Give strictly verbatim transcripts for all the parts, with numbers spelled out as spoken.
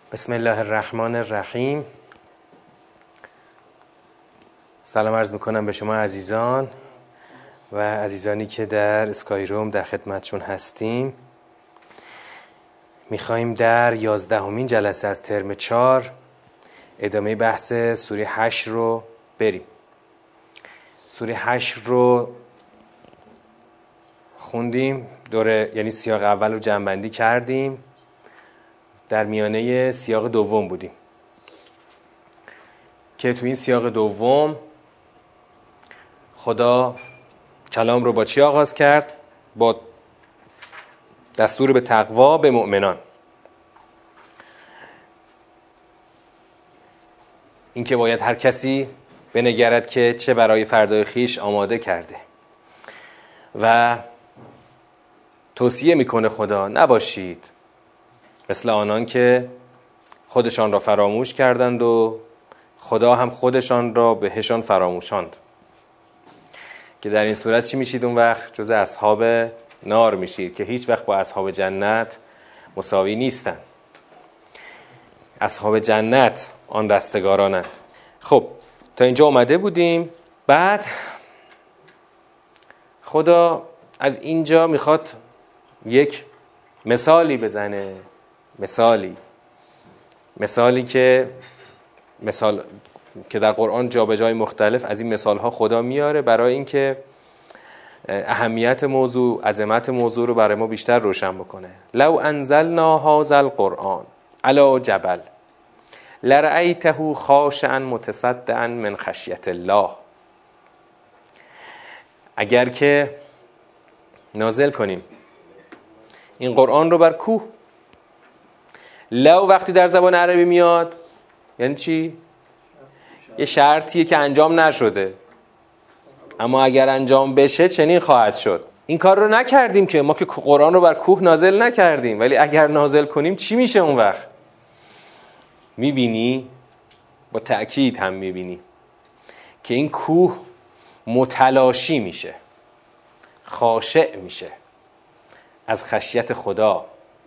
بسم الله الرحمن الرحیم. سلام عرض میکنم به شما عزیزان و عزیزانی که در اسکای روم در خدمتشون هستیم. میخواییم در یازدهمین جلسه از ترم چهار ادامه بحث سوره حشر رو بریم. سوره حشر رو خوندیم، دوره یعنی سیاق اول رو جمع‌بندی کردیم، در میانه سیاق دوم بودیم که تو این سیاق دوم خدا کلام رو با چی آغاز کرد؟ با دستور به تقوا به مؤمنان. این که باید هر کسی بنگرد که چه برای فردای خیش آماده کرده و توصیه میکنه خدا نباشید مثل آنان که خودشان را فراموش کردند و خدا هم خودشان را بهشان فراموشاند، که در این صورت چی میشید؟ اون وقت جز اصحاب نار میشید که هیچ وقت با اصحاب جنت مساوی نیستن. اصحاب جنت آن رستگارانند. خب تا اینجا اومده بودیم. بعد خدا از اینجا میخواد یک مثالی بزنه، مثالی مثالی که مثال که در قرآن جا به جای مختلف از این مثالها خدا میاره برای اینکه اهمیت موضوع، عظمت موضوع رو برای ما بیشتر روشن بکنه. لو انزلنا هذا القرآن علی جبل لرأیته خاشعا متصدعا من خشیة الله. اگر که نازل کنیم این قرآن رو بر کوه، لو وقتی در زبان عربی میاد یعنی چی؟ یه شرطیه که انجام نشده، اما اگر انجام بشه چنین خواهد شد. این کار رو نکردیم که ما که قرآن رو بر کوه نازل نکردیم، ولی اگر نازل کنیم چی میشه اون وقت؟ میبینی؟ با تأکید هم میبینی که این کوه متلاشی میشه، خاشع میشه از خشیت خدا،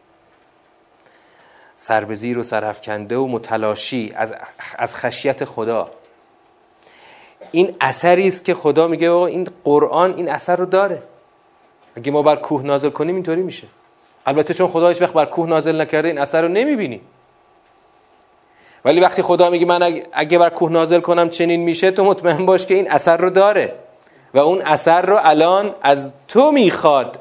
سر به زیر و سرافکنده و متلاشی از از خشیت خدا. این اثری است که خدا میگه این قرآن این اثر رو داره. اگه ما بر کوه نازل کنیم اینطوری میشه. البته چون خدا هیچ وقت بر کوه نازل نکرده این اثر رو نمیبینی، ولی وقتی خدا میگه من اگه بر کوه نازل کنم چنین میشه، تو مطمئن باش که این اثر رو داره و اون اثر رو الان از تو میخواد.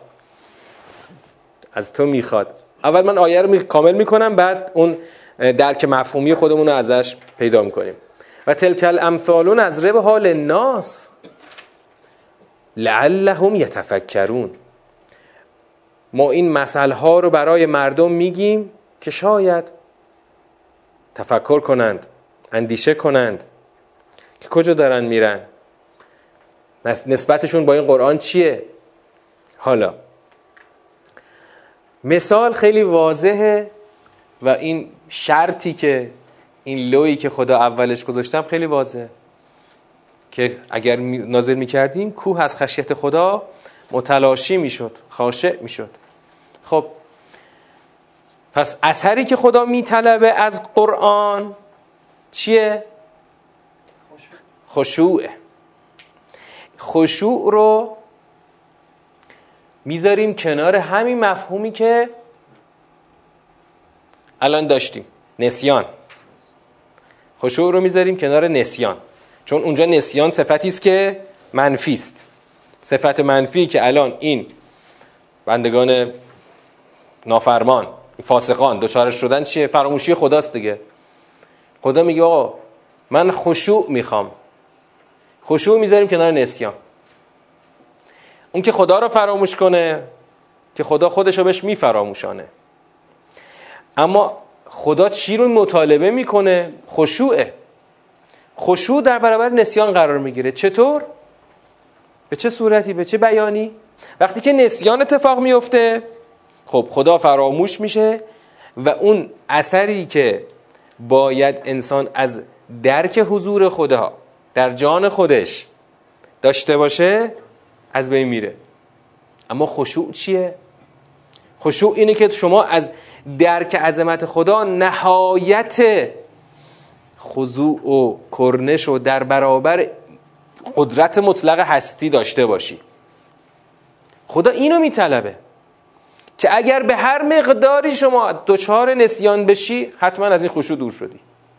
از تو میخواد. اول من آیه رو کامل میکنم، بعد اون درک مفهومی خودمون رو ازش پیدا میکنیم. و تلک الامثال نضرب حال الناس لعلهم یتفکرون. ما این مثل ها رو برای مردم میگیم که شاید تفکر کنند، اندیشه کنند که کجا دارن میرن، نسبتشون با این قرآن چیه. حالا مثال خیلی واضحه و این شرطی که این لویی که خدا اولش گذاشتم خیلی واضحه که اگر نازل میکردیم کوه از خشیت خدا متلاشی میشد، خاشع میشد. خب پس اثری که خدا میطلبه از قرآن چیه؟ خشوعه. خشوع رو میذاریم کنار همین مفهومی که الان داشتیم، نسیان. خشوع رو میذاریم کنار نسیان، چون اونجا نسیان صفتی است که منفی است. صفت منفی که الان این بندگان نافرمان، فاسقان دچارش شدن چیه؟ فراموشی خداست دیگه. خدا میگه آقا من خشوع میخوام. خشوع میذاریم کنار نسیان. اون که خدا رو فراموش کنه که خدا خودش رو بهش میفراموشانه، اما خدا چی رو مطالبه میکنه؟ خشوعه. خشوع در برابر نسیان قرار میگیره. چطور؟ به چه صورتی؟ به چه بیانی؟ وقتی که نسیان اتفاق میفته خب خدا فراموش میشه و اون اثری که باید انسان از درک حضور خدا در جان خودش داشته باشه از بین میره. اما خشوع چیه؟ خشوع اینه که شما از درک عظمت خدا نهایت خضوع و کرنش و در برابر قدرت مطلق هستی داشته باشی. خدا اینو میطلبه که اگر به هر مقداری شما دچار نسیان بشی حتما از این خشوع دور شدی.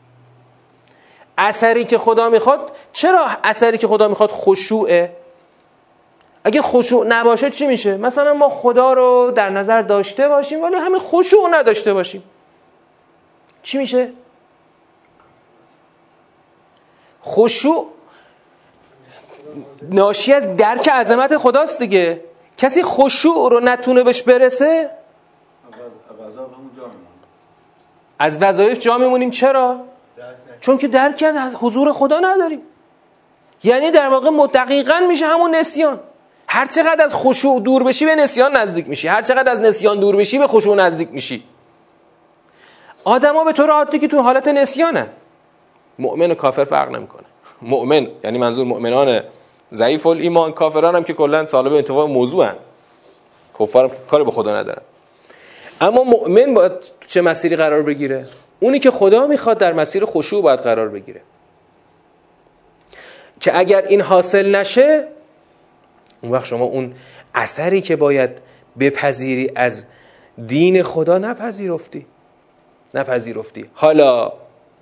اثری که خدا میخواد، چرا اثری که خدا میخواد خشوعه؟ اگه خشوع نباشه چی میشه؟ مثلا ما خدا رو در نظر داشته باشیم ولی همین خشوع نداشته باشیم، چی میشه؟ خشوع ناشی از درک عظمت خداست دیگه. کسی خشوع رو نتونه بهش برسه از وظایف جا میمونیم. چرا؟ چون که درکی از حضور خدا نداریم. یعنی در واقع دقیقاً میشه همون نسیان. هر چقدر از خشوع دور بشی به نسیان نزدیک میشی، هر چقدر از نسیان دور بشی به خشوع نزدیک میشی. آدما به طور عادی که تو حالت نسیانن، مؤمن و کافر فرق نمیکنه. مؤمن یعنی منظور مؤمنان ضعیف الایمان، کافران هم که کلا سالب انتفاع موضوعن، کفار کاری به خدا ندارن. اما مؤمن باید چه مسیری قرار بگیره؟ اونی که خدا میخواد در مسیر خشوع باید قرار بگیره، که اگر این حاصل نشه اون وقت شما اون اثری که باید بپذیری از دین خدا نپذیرفتی نپذیرفتی حالا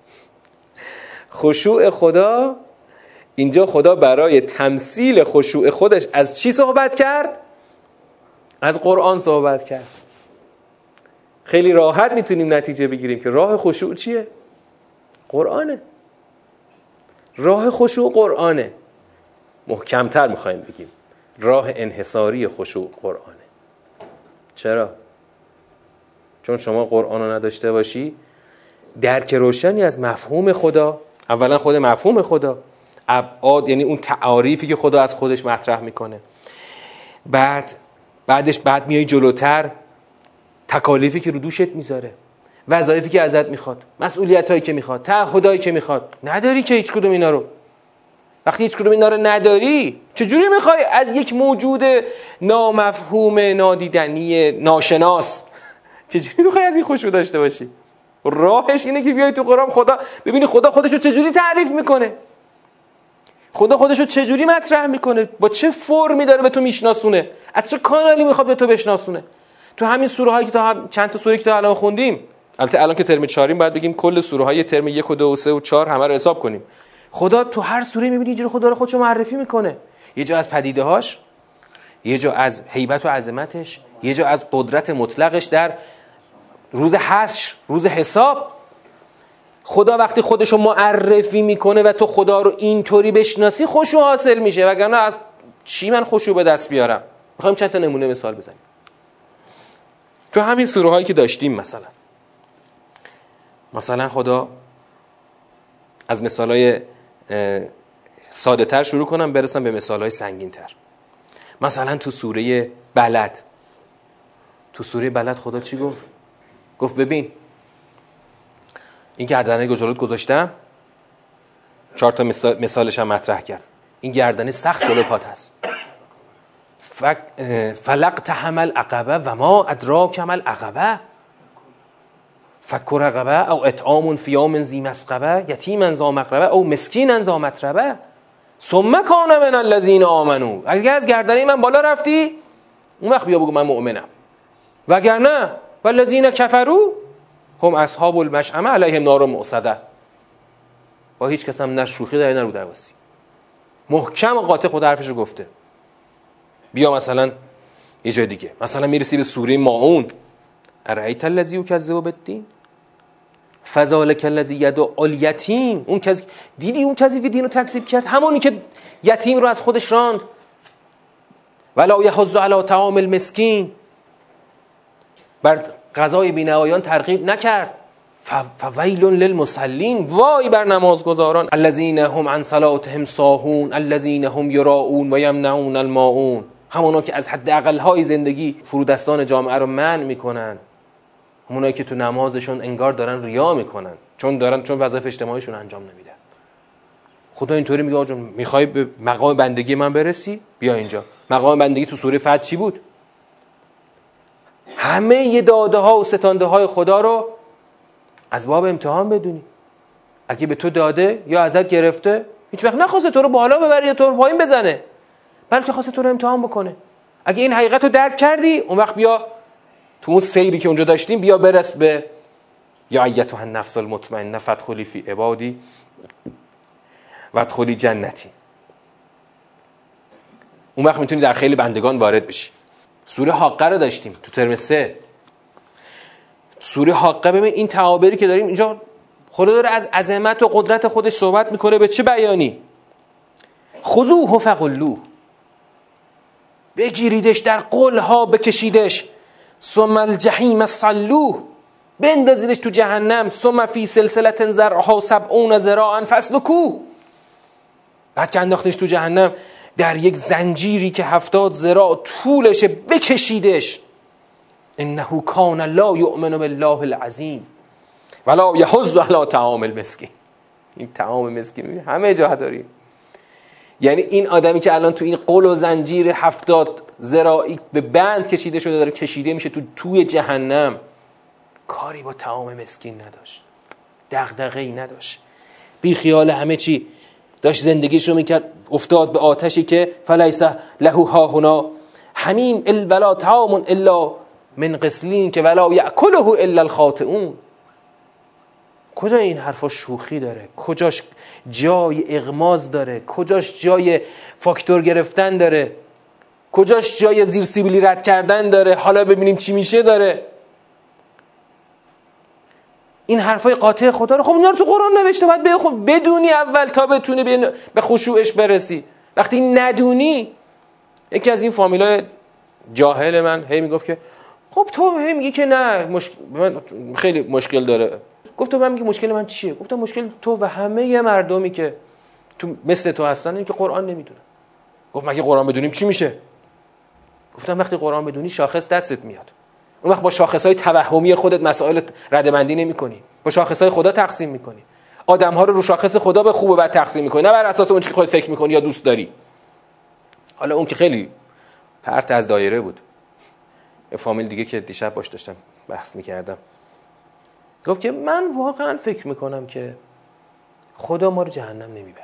خشوع خدا، اینجا خدا برای تمثیل خشوع خودش از چی صحبت کرد؟ از قرآن صحبت کرد. خیلی راحت میتونیم نتیجه بگیریم که راه خشوع چیه؟ قرآنه. راه خشوع قرآنه. محکمتر میخوایم بگیم راه انحصاری خشوع قرآنه. چرا؟ چون شما قرآن رو نداشته باشی درک روشنی از مفهوم خدا، اولا خود مفهوم خدا، ابعاد یعنی اون تعاریفی که خدا از خودش مطرح میکنه، بعد بعدش بعد میای جلوتر تکالیفی که رو دوشت میذاره، وظایفی که ازت میخواد، مسئولیتایی که میخواد، تعهدایی که میخواد. نداری که هیچ کدوم اینا رو. وقتی هیچ کدوم اینا رو نداری چجوری میخوای از یک موجود نامفهوم، نادیدنی، ناشناس چجوری میخوای از این خشوع داشته باشی؟ راهش اینه که بیای تو قرآن خدا ببینی خدا خودشو چجوری تعریف میکنه، خدا خودشو چجوری مطرح میکنه، با چه فرمی داره به تو میشناسونه، از چه کانالی میخواد به تو بشناسونه. تو همین سوره هایی که تا هم... چند تا سوره که تا الان خوندیم، البته الان که ترم چهاریم باید بگیم کل سوره های ترم یک و دو و سه و چهار همه رو حساب کنیم. خدا تو هر سوره میبینی اینجوری خدا رو خودشو معرفی میکنه، یه جا از پدیده هاش، یه جا از هیبت و عظمتش، یه جا از قدرت مطلقش در روز حشر، روز حساب. خدا وقتی خودشو معرفی میکنه و تو خدا رو اینطوری بشناسی خشوع حاصل میشه، وگرنه از چی من خشوع به دست بیارم؟ میخوایم چند تا نمونه مثال بزنیم. تو همین سوره هایی که داشتیم مثلا مثلا خدا از مثالای ساده تر شروع کنم برسم به مثالای سنگین تر. مثلا تو سوره بلد، تو سوره بلد خدا چی گفت؟ گفت ببین این گردنه گجالت گذاشتم، چهار تا مثالش هم مطرح کرد. این گردنه سخت جلو پات هست. فلقت حمل عقبه و ما ادراک حمل عقبه فک رقبه او اطعام فی یوم ذی مسغبه یتیما ذا مقربه او مسکینا ذا متربه ثم کان من الذین آمنوا. اگه از گردنه من بالا رفتی اون وقت بیا بگو من مؤمنم، وگرنه والذین کفروا هم اصحاب المشأمه علیهم نار موصده. با هیچ کس هم نه شوخی داری نه رو درواسی، محکم و قاطع خود حرفشو گفته. بیا مثلا یه جای دیگه، مثلا میرسی به سوره ماعون، ارایت الذی یکذب بالدین فذلک الذی یدعو الیتیم. اون کسی دیدی اون کسی که دینو تکذیب کرد، همونی که یتیم رو از خودش راند. ولا یحض علی طعام المسکین، بر غذای بی‌نوایان ترغیب نکرد. فویل للمصلین، وای بر نمازگزاران. الذین هم عن صلاتهم ساهون الذین هم یراؤون و یمنعون الماعون. همونا که از حداقل های زندگی فرودستان جامعه رو منع میکنن، همونایی که تو نمازشون انگار دارن ریا میکنن چون دارن چون وظایف اجتماعیشون انجام نمیدن. خدا اینطوری میگه آجون میخوای به مقام بندگی من برسی؟ بیا اینجا. مقام بندگی تو سوره فتح چی بود؟ همه ی داده ها و ستانده های خدا رو از باب امتحان بدونی. اگه به تو داده یا ازت گرفته، هیچ وقت نخواسته تو رو بالا ببره یا تو رو پایین بزنه، بلکه خواسته تو رو امتحان بکنه. اگه این حقیقت رو درک کردی، اون وقت بیا تو اون سیری که اونجا داشتیم، بیا برس به یا ایتها النفس المطمئنه فادخلی فی عبادی وادخلی جنتی. اون وقت میتونی در خیلی بندگان وارد بشی. سوره حاقه رو داشتیم تو ترم سه. سوره حاقه، ببین این تعابیری که داریم اینجا، خدا داره از عظمت و قدرت خودش صحبت میکنه. به چه بیانی؟ خذوه فغلوه، بگیریدش، در قلها بکشیدش. ثم الجحیم صلوه، بندازیدش تو جهنم. ثم فی سلسله ذرعها سبعون ذراعا فاسلکوه، بعد که انداختش تو جهنم در یک زنجیری که هفتاد ذراع طولشه بکشیدش. انه کان لا یؤمن بالله العظیم ولا یحض علی طعام المسکین. این طعام مسکین همه جا داریم. یعنی این آدمی که الان تو این قل و زنجیر هفتاد ذراعی به بند کشیده شده، داره کشیده میشه تو توی جهنم، کاری با طعام مسکین نداشت، دغدغه‌ای نداشت، بی خیال همه چی داشت زندگیش رو میکرد. افتاد به آتشی که فلیس له هاهنا حمیم ولا طعام الا من غسلین که ولا یأکله الا الخاطئون. کجا این حرفا شوخی داره؟ کجاش جای اغماز داره؟ کجاش جای فاکتور گرفتن داره؟ کجاش جای زیر سیبیلی رد کردن داره؟ حالا ببینیم چی میشه داره؟ این حرفای قاطع خدا رو خب اینا رو تو قرآن نوشته، باید به خب بدونی اول تا بتونی به خشوعش برسی. وقتی ندونی، یکی از این فامیلای جاهل من هی میگفت که خب تو هی میگی که نه مشکل من خیلی مشکل داره. گفتم من میگم مشکل من چیه؟ گفتم مشکل تو و همه مردمی که تو مثل تو هستن این که قرآن نمیدونن. گفت مگه قرآن بدونیم چی میشه؟ گفتم وقتی قرآن بدونی شاخص دستت میاد، اون وقت با شاخصهای توهمی خودت مسائل ردبندی نمی‌کنی، با شاخصهای خدا تقسیم می‌کنی. آدم‌ها رو رو شاخص خدا به خوب و بد تقسیم می‌کنی، نه بر اساس اون چیزی که خودت فکر می‌کنی یا دوست داری. حالا اون که خیلی پرت از دایره بود. یه فامیل دیگه که دیشب باش داشتم بحث می‌کردم گفت که من واقعا فکر می‌کنم که خدا ما رو جهنم نمیبره.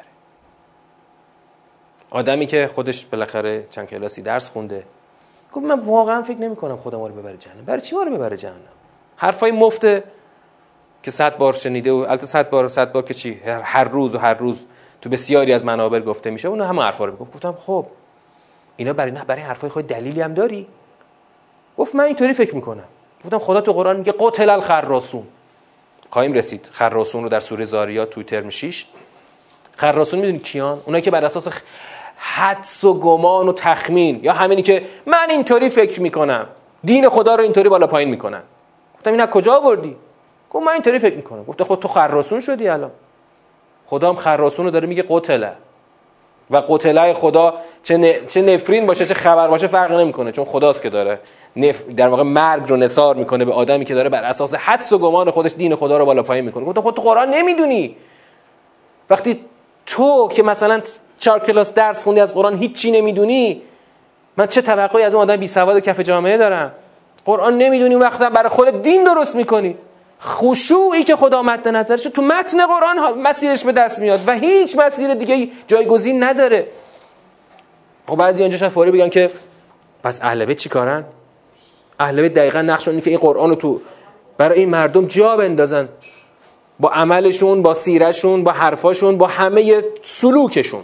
آدمی که خودش بالاخره چند کلاسی درس خونده گفت من واقعا فکر نمی کنم خدا ما رو ببره جهنم. برای چی ما رو ببره جهنم؟ حرفای مفته که صد بار شنیده و البته صد بار صد بار که چی هر روز و هر روز تو بسیاری از منابر گفته میشه، اون همه حرفا رو گفت. گفتم خب اینا برای نه برای حرفای خود دلیلی هم داری؟ گفت من اینطوری فکر میکنم. گفتم خدا تو قرآن میگه قتل الخراسون. خواهیم رسید خراسون رو در سوره زاریات تو ترم شش. خراسون میدونی کیان؟ اونایی که بر اساس حدس و گمان و تخمین یا همینی که من اینطوری فکر میکنم دین خدا رو اینطوری بالا پایین میکنن. گفتم این از کجا آوردی؟ گفت من اینطوری فکر میکنم. گفتم خود تو خراسون شدی الان. خدا هم خراسون رو داره میگه قتله و قتله خدا چه, ن... چه نفرین باشه چه خبر باشه فرق نمیکنه، چون خداست که داره نف... در واقع مرگ رو نثار میکنه به آدمی که داره بر اساس حدس و گمان خودش دین خدا رو بالا پایین میکنه. گفتم خود تو قرآن نمیدونی. وقتی تو که مثلا چهار کلاس درس خوندی از قرآن هیچ چی نمیدونی، من چه توقعی از اون آدم بی سواد کف جامعه دارم؟ قرآن نمیدونی وقتا برای خودت دین درست میکنی. خشوعی که خدا مد نظرش تو متن قرآن مسیرش به دست میاد و هیچ مسیر دیگه جایگزین نداره. خب بعضی اینجا شاید فوری بگن که پس اهل بیت چیکارن؟ اهل بیت دقیقاً نقشون اینه که این قرآن رو تو برای این مردم جا بندازن، با عملشون، با سیرشون، با حرفاشون، با همه سلوکشون.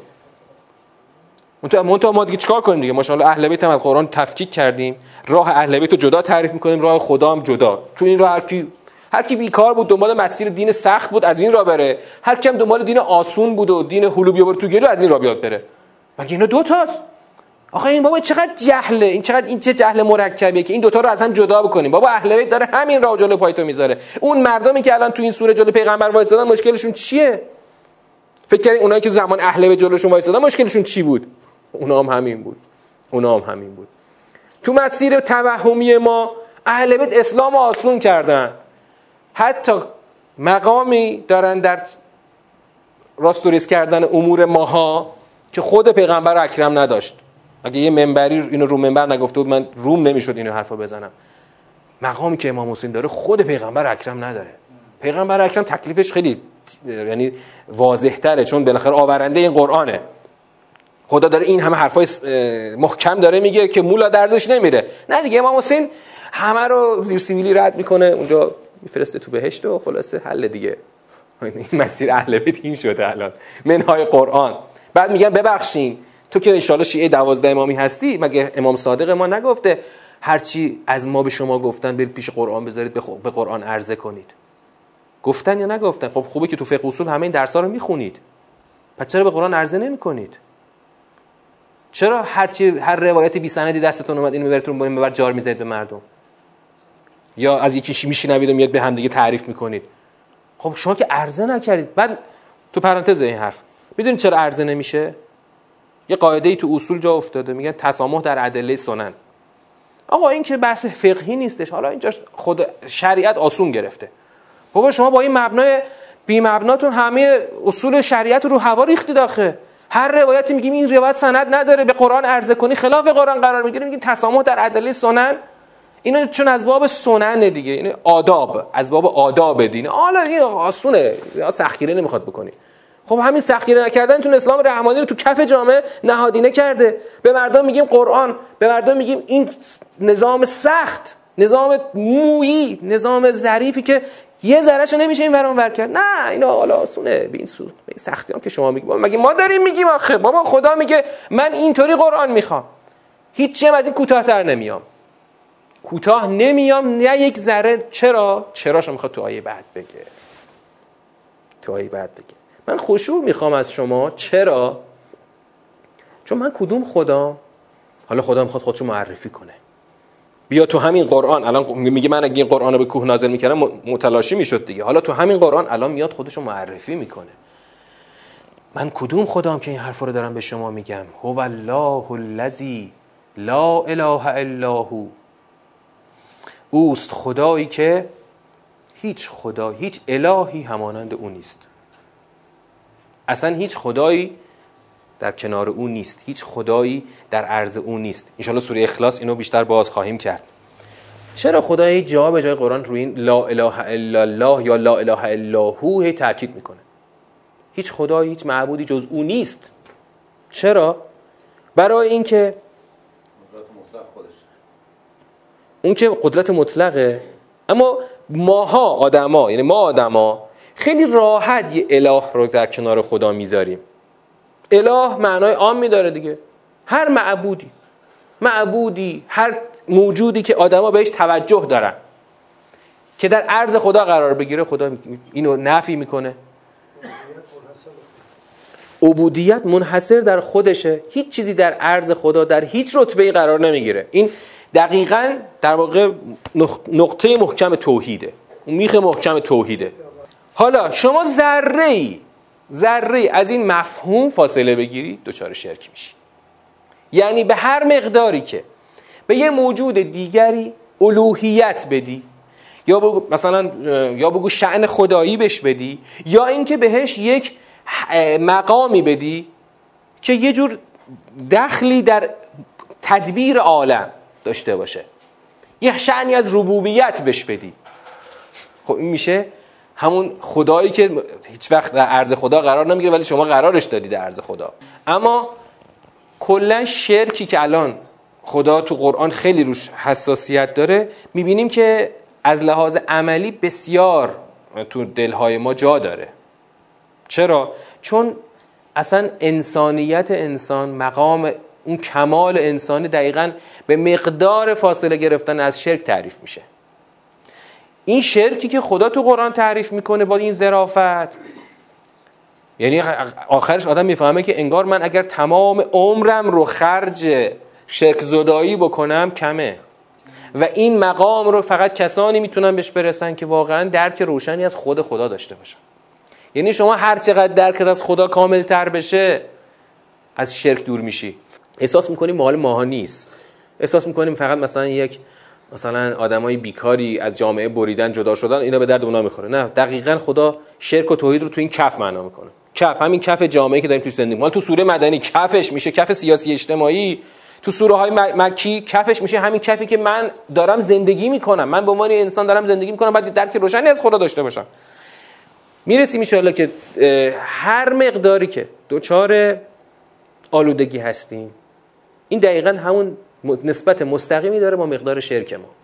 منتها ما دیگه چیکار کنیم دیگه؟ ماشاءالله اهل بیت هم از قرآن تفکیک کردیم، راه اهل بیت رو جدا تعریف میکنیم، راه خدا هم جدا. تو این راه هر کی هر کی بیکار بود دنبال مسیر دین سخت بود از این راه بره، هر کی هم دنبال دین آسون بود و دین هلو بیا برو تو گلو از این راه بیاد بره. مگه اینا دو تاست؟ آخه این بابا چقدر جهله، این چقدر این چه جهل مرکبیه که این دوتا رو از هم جدا بکنیم. بابا اهل بیت داره همین راه جلوی پای تو میذاره. اون مردمی که الان تو این سوره جلوی پیغمبر وایسادن مشکلشون چیه؟ فکر کنید اونایی که زمان اهل بیت جلوشون وایسادن مشکلشون چی بود؟ اونا هم همین بود. اونا هم همین بود. تو مسیر توهمی ما اهل بیت اسلام آسون کردن. حتی مقامی دارن در راستوریس کردن امور ماها که خود پیغمبر اکرم نداشت. اگه یه منبری اینو رو منبر نگفته بود من روم نمیشد اینو حرفا بزنم. مقامی که امام حسین داره خود پیغمبر اکرم نداره. پیغمبر اکرم تکلیفش خیلی یعنی واضح تره، چون بالاخره آورنده این قرآنه. خدا داره این همه حرفای محکم داره میگه که مولا درزش نمیره. نه دیگه، امام حسین همه رو زیر سیبیلی رد میکنه، اونجا میفرسته تو بهشت و خلاصه حل دیگه. این مسیر اهل بیت این شده الان منهای قرآن. بعد میگن ببخشین تو که انشالله شیعه دوازده امامی هستی، مگه امام صادق ما نگفته هرچی از ما به شما گفتن برید پیش قرآن بذارید به قرآن عرضه کنید؟ گفتن یا نگفتن؟ خب خوبه که تو فقه اصول همه این درس‌ها رو میخونید، پس چرا به قرآن عرضه نمی‌کنید؟ چرا هرچی هر روایت بی سندی دستتون اومد اینو میبرتون با این ببر جار میزنید به مردم، یا از یکی میشینوید و میاد به هم دیگه تعریف میکنید؟ خب شما که عرضه نکردید. بعد تو پرانتز این حرف، میدونید چرا عرضه نمیشه؟ یه قاعده‌ای تو اصول جا افتاده، میگن تسامح در ادله سنن. آقا این که بحث فقهی نیستش، حالا اینجا خود شریعت آسون گرفته. بابا شما با این مبنای بی مبناتون همه اصول شریعت رو هوا ریختید آخه. هر روایتی میگیم این روایت سند نداره به قرآن عرضه کنی خلاف قرآن قرار میگیره، میگین تسامح در ادله سنن. اینو چون از باب سنن دیگه، این آداب، از باب آداب دین. حالا این آسونه، سختگیری نمیخواد بکنی. خب همین سختگیری نکردنتون اسلام رحمانی رو تو کف جامعه نهادینه کرده. به مردم میگیم قرآن، به مردم میگیم این نظام سخت، نظام مویی، نظام ظریفی که یه ذره‌شو نمیشه این ور اون ور کرد. نه اینا حالا آسونه، به این سو به این سختی هم که شما میگید. مگه ما داریم میگیم آخه بابا خدا میگه من اینطوری قرآن میخوام، هیچ چیزی از این کوتاه‌تر نمیام. کوتاه نمیام نه یک ذره. چرا؟ چراشو میخواد تو آیه بعد بگه. تو آیه بعد بگه من خشوع میخوام از شما. چرا؟ چون من کدوم خدا؟ حالا خدا میخواد خودشو معرفی کنه. بیا تو همین قرآن الان میگه من اگه این قرآن رو به کوه نازل میکردم متلاشی میشد دیگه. حالا تو همین قرآن الان میاد خودشو معرفی میکنه. من کدوم خدام که این حرف رو دارم به شما میگم؟ هو الله الذی لا اله الا هو. اوست خدایی که هیچ خدا، هیچ الهی همانند او نیست. اصلا هیچ خدایی در کنار او نیست، هیچ خدایی در عرض او نیست. انشالله سوره اخلاص اینو بیشتر باز خواهیم کرد. چرا خدا هی جا به جای قرآن روی این لا اله الا الله یا لا اله الا هو هی تاکید میکنه؟ هیچ خدایی، هیچ معبودی جز او نیست. چرا؟ برای اینکه قدرت مطلق خودشه. اون که قدرت مطلقه، اما ماها آدما، یعنی ما آدما خیلی راحت یه اله رو در کنار خدا میذاریم. اله معنای عامی داره دیگه. هر معبودی، معبودی هر موجودی که آدما بهش توجه دارن که در عرض خدا قرار بگیره، خدا اینو نفی میکنه. عبودیت منحصر در خودشه، هیچ چیزی در عرض خدا در هیچ رتبه‌ای قرار نمیگیره. این دقیقاً در واقع نقطه محکم توحیده، میخ محکم توحیده. حالا شما ذره‌ای ذره از این مفهوم فاصله بگیری دچار شرک میشی. یعنی به هر مقداری که به یه موجود دیگری الوهیت بدی، یا بگو مثلا یا بگو شأن خدایی بهش بدی، یا اینکه بهش یک مقامی بدی که یه جور دخلی در تدبیر عالم داشته باشه، یه شأنی از ربوبیت بهش بدی، خب این میشه همون خدایی که هیچ وقت در عرض خدا قرار نمیگیره ولی شما قرارش دادی در عرض خدا. اما کلا شرکی که الان خدا تو قرآن خیلی روش حساسیت داره، میبینیم که از لحاظ عملی بسیار تو دلهای ما جا داره. چرا؟ چون اصلا انسانیت انسان، مقام اون کمال انسانی دقیقاً به مقدار فاصله گرفتن از شرک تعریف میشه. این شرکی که خدا تو قرآن تعریف میکنه با این ظرافت، یعنی آخرش آدم میفهمه که انگار من اگر تمام عمرم رو خرج شرک زدایی بکنم کمه، و این مقام رو فقط کسانی میتونن بهش برسن که واقعا درک روشنی از خود خدا داشته باشن. یعنی شما هر چقدر درکت از خدا کامل تر بشه از شرک دور میشی. احساس میکنیم مال ماها نیست، احساس میکنیم فقط مثلا یک مثلا آدمای بیکاری از جامعه بریدن، جدا شدن، اینا به درد اونا میخوره. نه، دقیقاً خدا شرک و توحید رو تو این کف معنا میکنه. کف همین کف جامعه که داریم توش زندگی می‌کنیم. تو سوره مدنی کفش میشه کف سیاسی اجتماعی، تو سوره های مکی کفش میشه همین کفی که من دارم زندگی میکنم، من به عنوان انسان دارم زندگی میکنم، باید درک روشنی از خدا داشته باشم. میرسیم ان شاءالله که هر مقداری که دوچار آلودگی هستیم، این دقیقاً همون نسبت مستقیمی داره با مقدار شرک ما.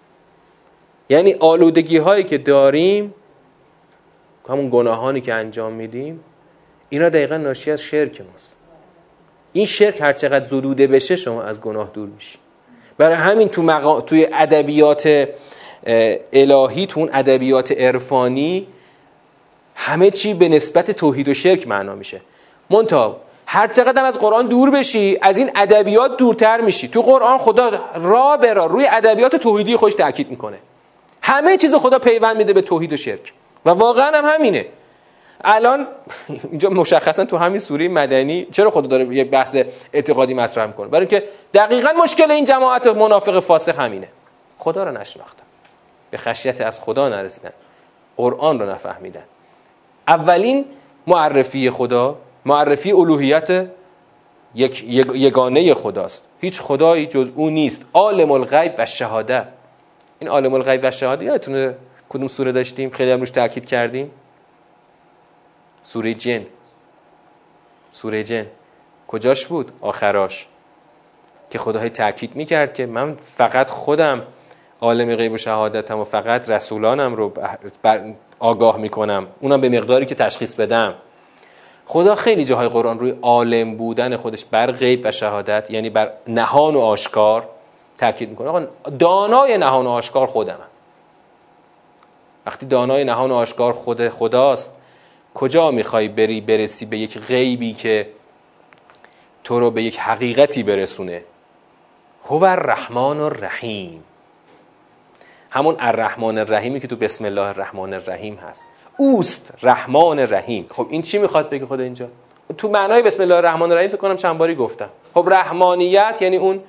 یعنی آلودگی هایی که داریم، همون گناهانی که انجام میدیم، اینا دقیقاً ناشی از شرک ماست. این شرک هر چقدر زدوده بشه شما از گناه دور میشی. برای همین تو مقا... توی ادبیات الهی، تو اون ادبیات عرفانی، همه چی به نسبت توحید و شرک معنا میشه. منتها هر چقدر از قرآن دور بشی، از این ادبیات دورتر میشی. تو قرآن خدا را به را روی ادبیات توحیدی خودش تاکید میکنه. همه چیز خدا پیوند میده به توحید و شرک و واقعا هم همینه. الان اینجا مشخصا تو همین سوره مدنی چرا خدا داره یه بحث اعتقادی مطرح میکنه؟ برای اینکه دقیقاً مشکل این جماعت منافق فاسق همینه. خدا رو نشناختن، به خشیت از خدا نرسیدن، قرآن رو نفهمیدن. اولین معرفی خدا معرفی الوهیت یک یگانه خداست. هیچ خدایی جز او نیست. عالم الغیب و شهاده. این عالم الغیب و شهاده یادتونه کدوم سوره داشتیم خیلی هم روش تاکید کردیم؟ سوره جن. سوره جن کجاش بود؟ آخراش، که خداهای تاکید میکرد که من فقط خودم عالم غیب و شهادتم و فقط رسولانم رو آگاه میکنم، اونم به مقداری که تشخیص بدم. خدا خیلی جاهای قرآن روی عالم بودن خودش بر غیب و شهادت، یعنی بر نهان و آشکار تاکید میکنه. آقا دانای نهان و آشکار خودمم. وقتی دانای نهان و آشکار خود خداست، کجا میخوای بری برسی به یک غیبی که تو رو به یک حقیقتی برسونه؟ هو الرحمن الرحیم. همون الرحمن الرحیمی که تو بسم الله الرحمن الرحیم هست، اوست رحمان رحیم. خب این چی میخواد بگه خدا اینجا؟ تو معنای بسم الله الرحمن الرحیم فکر کنم چند باری گفتم. خب رحمانیت یعنی اون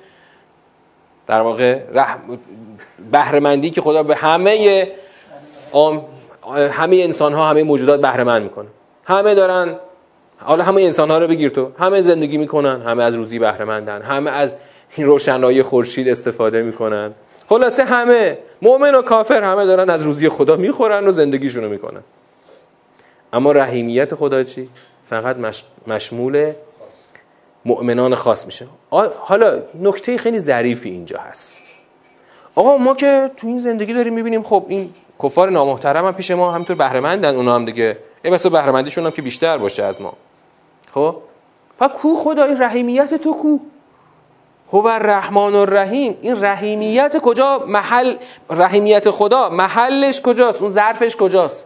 در واقع رحم... بهره‌مندی که خدا به همه آم... همه انسان ها، همه موجودات بهره‌مند میکنه. همه دارن، حالا همه انسان ها رو بگیر تو، همه زندگی میکنن، همه از روزی بهره‌مندن، همه از این روشنایی خورشید استفاده میکنن. خلاصه همه مؤمن و کافر همه دارن از روزی خدا میخورن و زندگیشونو میکنن. اما رحیمیت خدا چی؟ فقط مش... مشمول مؤمنان خاص میشه. حالا نکته خیلی ظریفی اینجا هست. آقا ما که تو این زندگی داریم میبینیم خب این کفار نامحترم هم پیش ما همینطور بهره‌مندن، اونا هم دیگه ای بسا بهره‌مندیشون هم که بیشتر باشه از ما. خب پس کو خدا این رحیمیت تو کو؟ هو الرحمن الرحیم. این رحیمیت کجا محل رحیمیت خدا محلش کجاست؟ اون ظرفش کجاست؟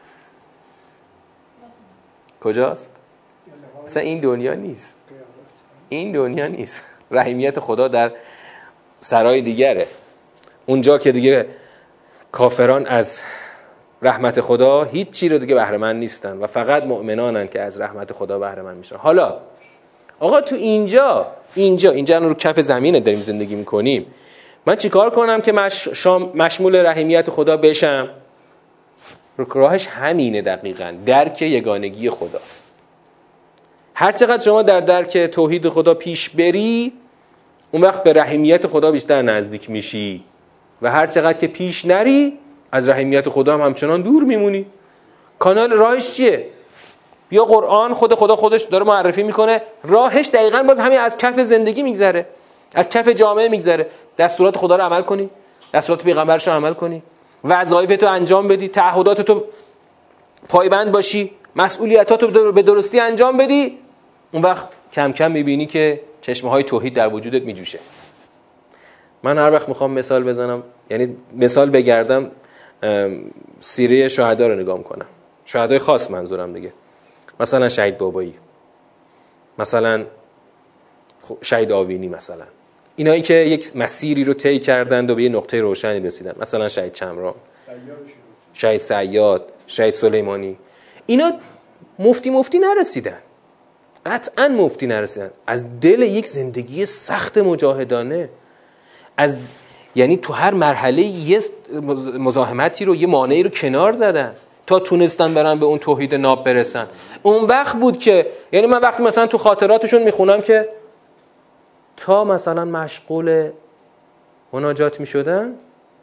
کجاست؟ مثلا این دنیا نیست. این دنیا نیست. رحیمیت خدا در سرای دیگره. اونجا که دیگه کافران از رحمت خدا هیچ چی رو دیگه بهره مند نیستن و فقط مؤمنانن که از رحمت خدا بهره مند میشن. حالا آقا تو اینجا اینجا اینجا رو کف زمینه داریم زندگی میکنیم، من چیکار کنم که مش... شام... مشمول رحیمیت خدا بشم؟ راهش همینه دقیقاً، درک یگانگی خداست. هر چقدر شما در درک توحید خدا پیش بری، اون وقت به رحیمیت خدا بیشتر نزدیک میشی و هر چقدر که پیش نری از رحیمیت خدا هم همچنان دور میمونی. کانال راهش چیه؟ یا قرآن خود خدا خودش داره معرفی میکنه، راهش دقیقاً باز همین از کف زندگی میگذره، از کف جامعه میگذره. دستورات خدا رو عمل کنی، دستورات پیغمبرش رو عمل کنی، وظایف تو انجام بدی، تعهدات تو پایبند باشی، مسئولیتات رو به درستی انجام بدی، اون وقت کم کم میبینی که چشمه های توحید در وجودت میجوشه. من هر وقت میخوام مثال بزنم، یعنی مثال بگردم، سیره شهدا رو نگاه کنم، شهدای خاص منظورم دیگه، مثلا شهید بابایی، مثلا شهید آوینی، مثلا اینایی که یک مسیری رو طی کردند و به یه نقطه روشنی رسیدن، مثلا شهید چمران، شهید صیاد، شهید سلیمانی. اینا مفتی مفتی نرسیدن، قطعا مفتی نرسیدن، از دل یک زندگی سخت مجاهدانه، از یعنی تو هر مرحله یه مزاحمتی رو، یه مانعی رو کنار زدن تا تونستن برن به اون توحید ناب برسن. اون وقت بود که، یعنی من وقتی مثلا تو خاطراتشون میخونم که تا مثلا مشغول مناجات می شدن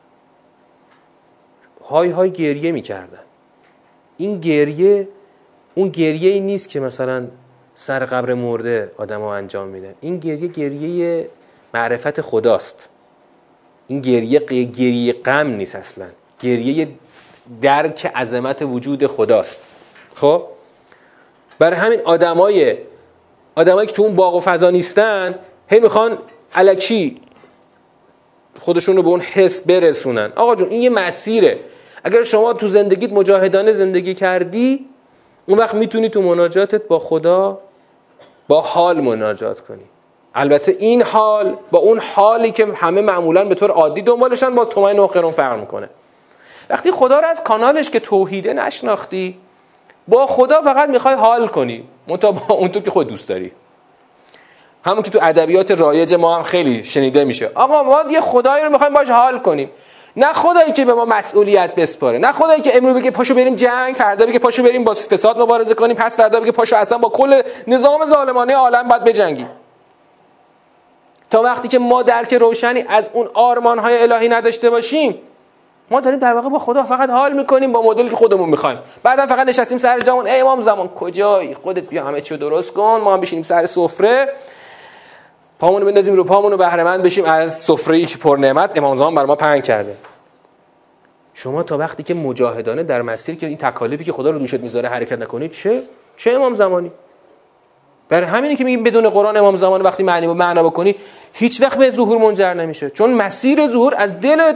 های های گریه می کردن. این گریه اون گریه ای نیست که مثلا سر قبر مرده آدم ها انجام میده. این گریه گریه معرفت خداست. این گریه گریه غم نیست اصلا، گریه درک عظمت وجود خداست. خب برای همین آدمای آدمایی که تو اون باغ و فضا نیستن هی میخوان الکی خودشون رو به اون حس برسونن. آقا جون این یه مسیره. اگر شما تو زندگیت مجاهدانه زندگی کردی، اون وقت میتونی تو مناجاتت با خدا با حال مناجات کنی. البته این حال با اون حالی که همه معمولاً به طور عادی دنبالشن باز تومن نه قرون فرق میکنه. وقتی خدا رو از کانالش که توحیده نشناختی، با خدا فقط میخوای حال کنی، منتها با اون تو که خود دوست داری. همون که تو ادبیات رایج ما هم خیلی شنیده میشه، آقا ما یه خدایی رو میخوایم باش حال کنیم، نه خدایی که به ما مسئولیت بسپاره، نه خدایی که امروز بگه پاشو بریم جنگ، فردا بگه پاشو بریم با فساد مبارزه کنیم، پس فردا بگه پاشو اصلا با کل نظام ظالمانه عالم باید بجنگیم. تا وقتی که ما درک روشنی از اون آرمان‌های الهی نداشته باشیم، ما داریم در واقع با خدا فقط حال میکنیم با مدلی که خودمون میخوایم. بعدم فقط نشستیم سر جامون، ای امام زمان کجایی؟ خودت بیا همه چی رو درست کن، ما هم بشینیم سر سفره، پامونو بندازیم رو پامونو بهره مند بشیم از سفره‌ای که پر نعمت امام زمان بر ما پهن کرده. شما تا وقتی که مجاهدانه در مسیر که این تکالیفی که خدا رو دوشت میذاره حرکت نکنید، چه چه امام زمانی؟ برای همینی که میگیم بدون قرآن امام زمان وقتی معنی و معنا بکنی هیچ وقت به ظهور منجر نمیشه، چون مسیر ظهور از دل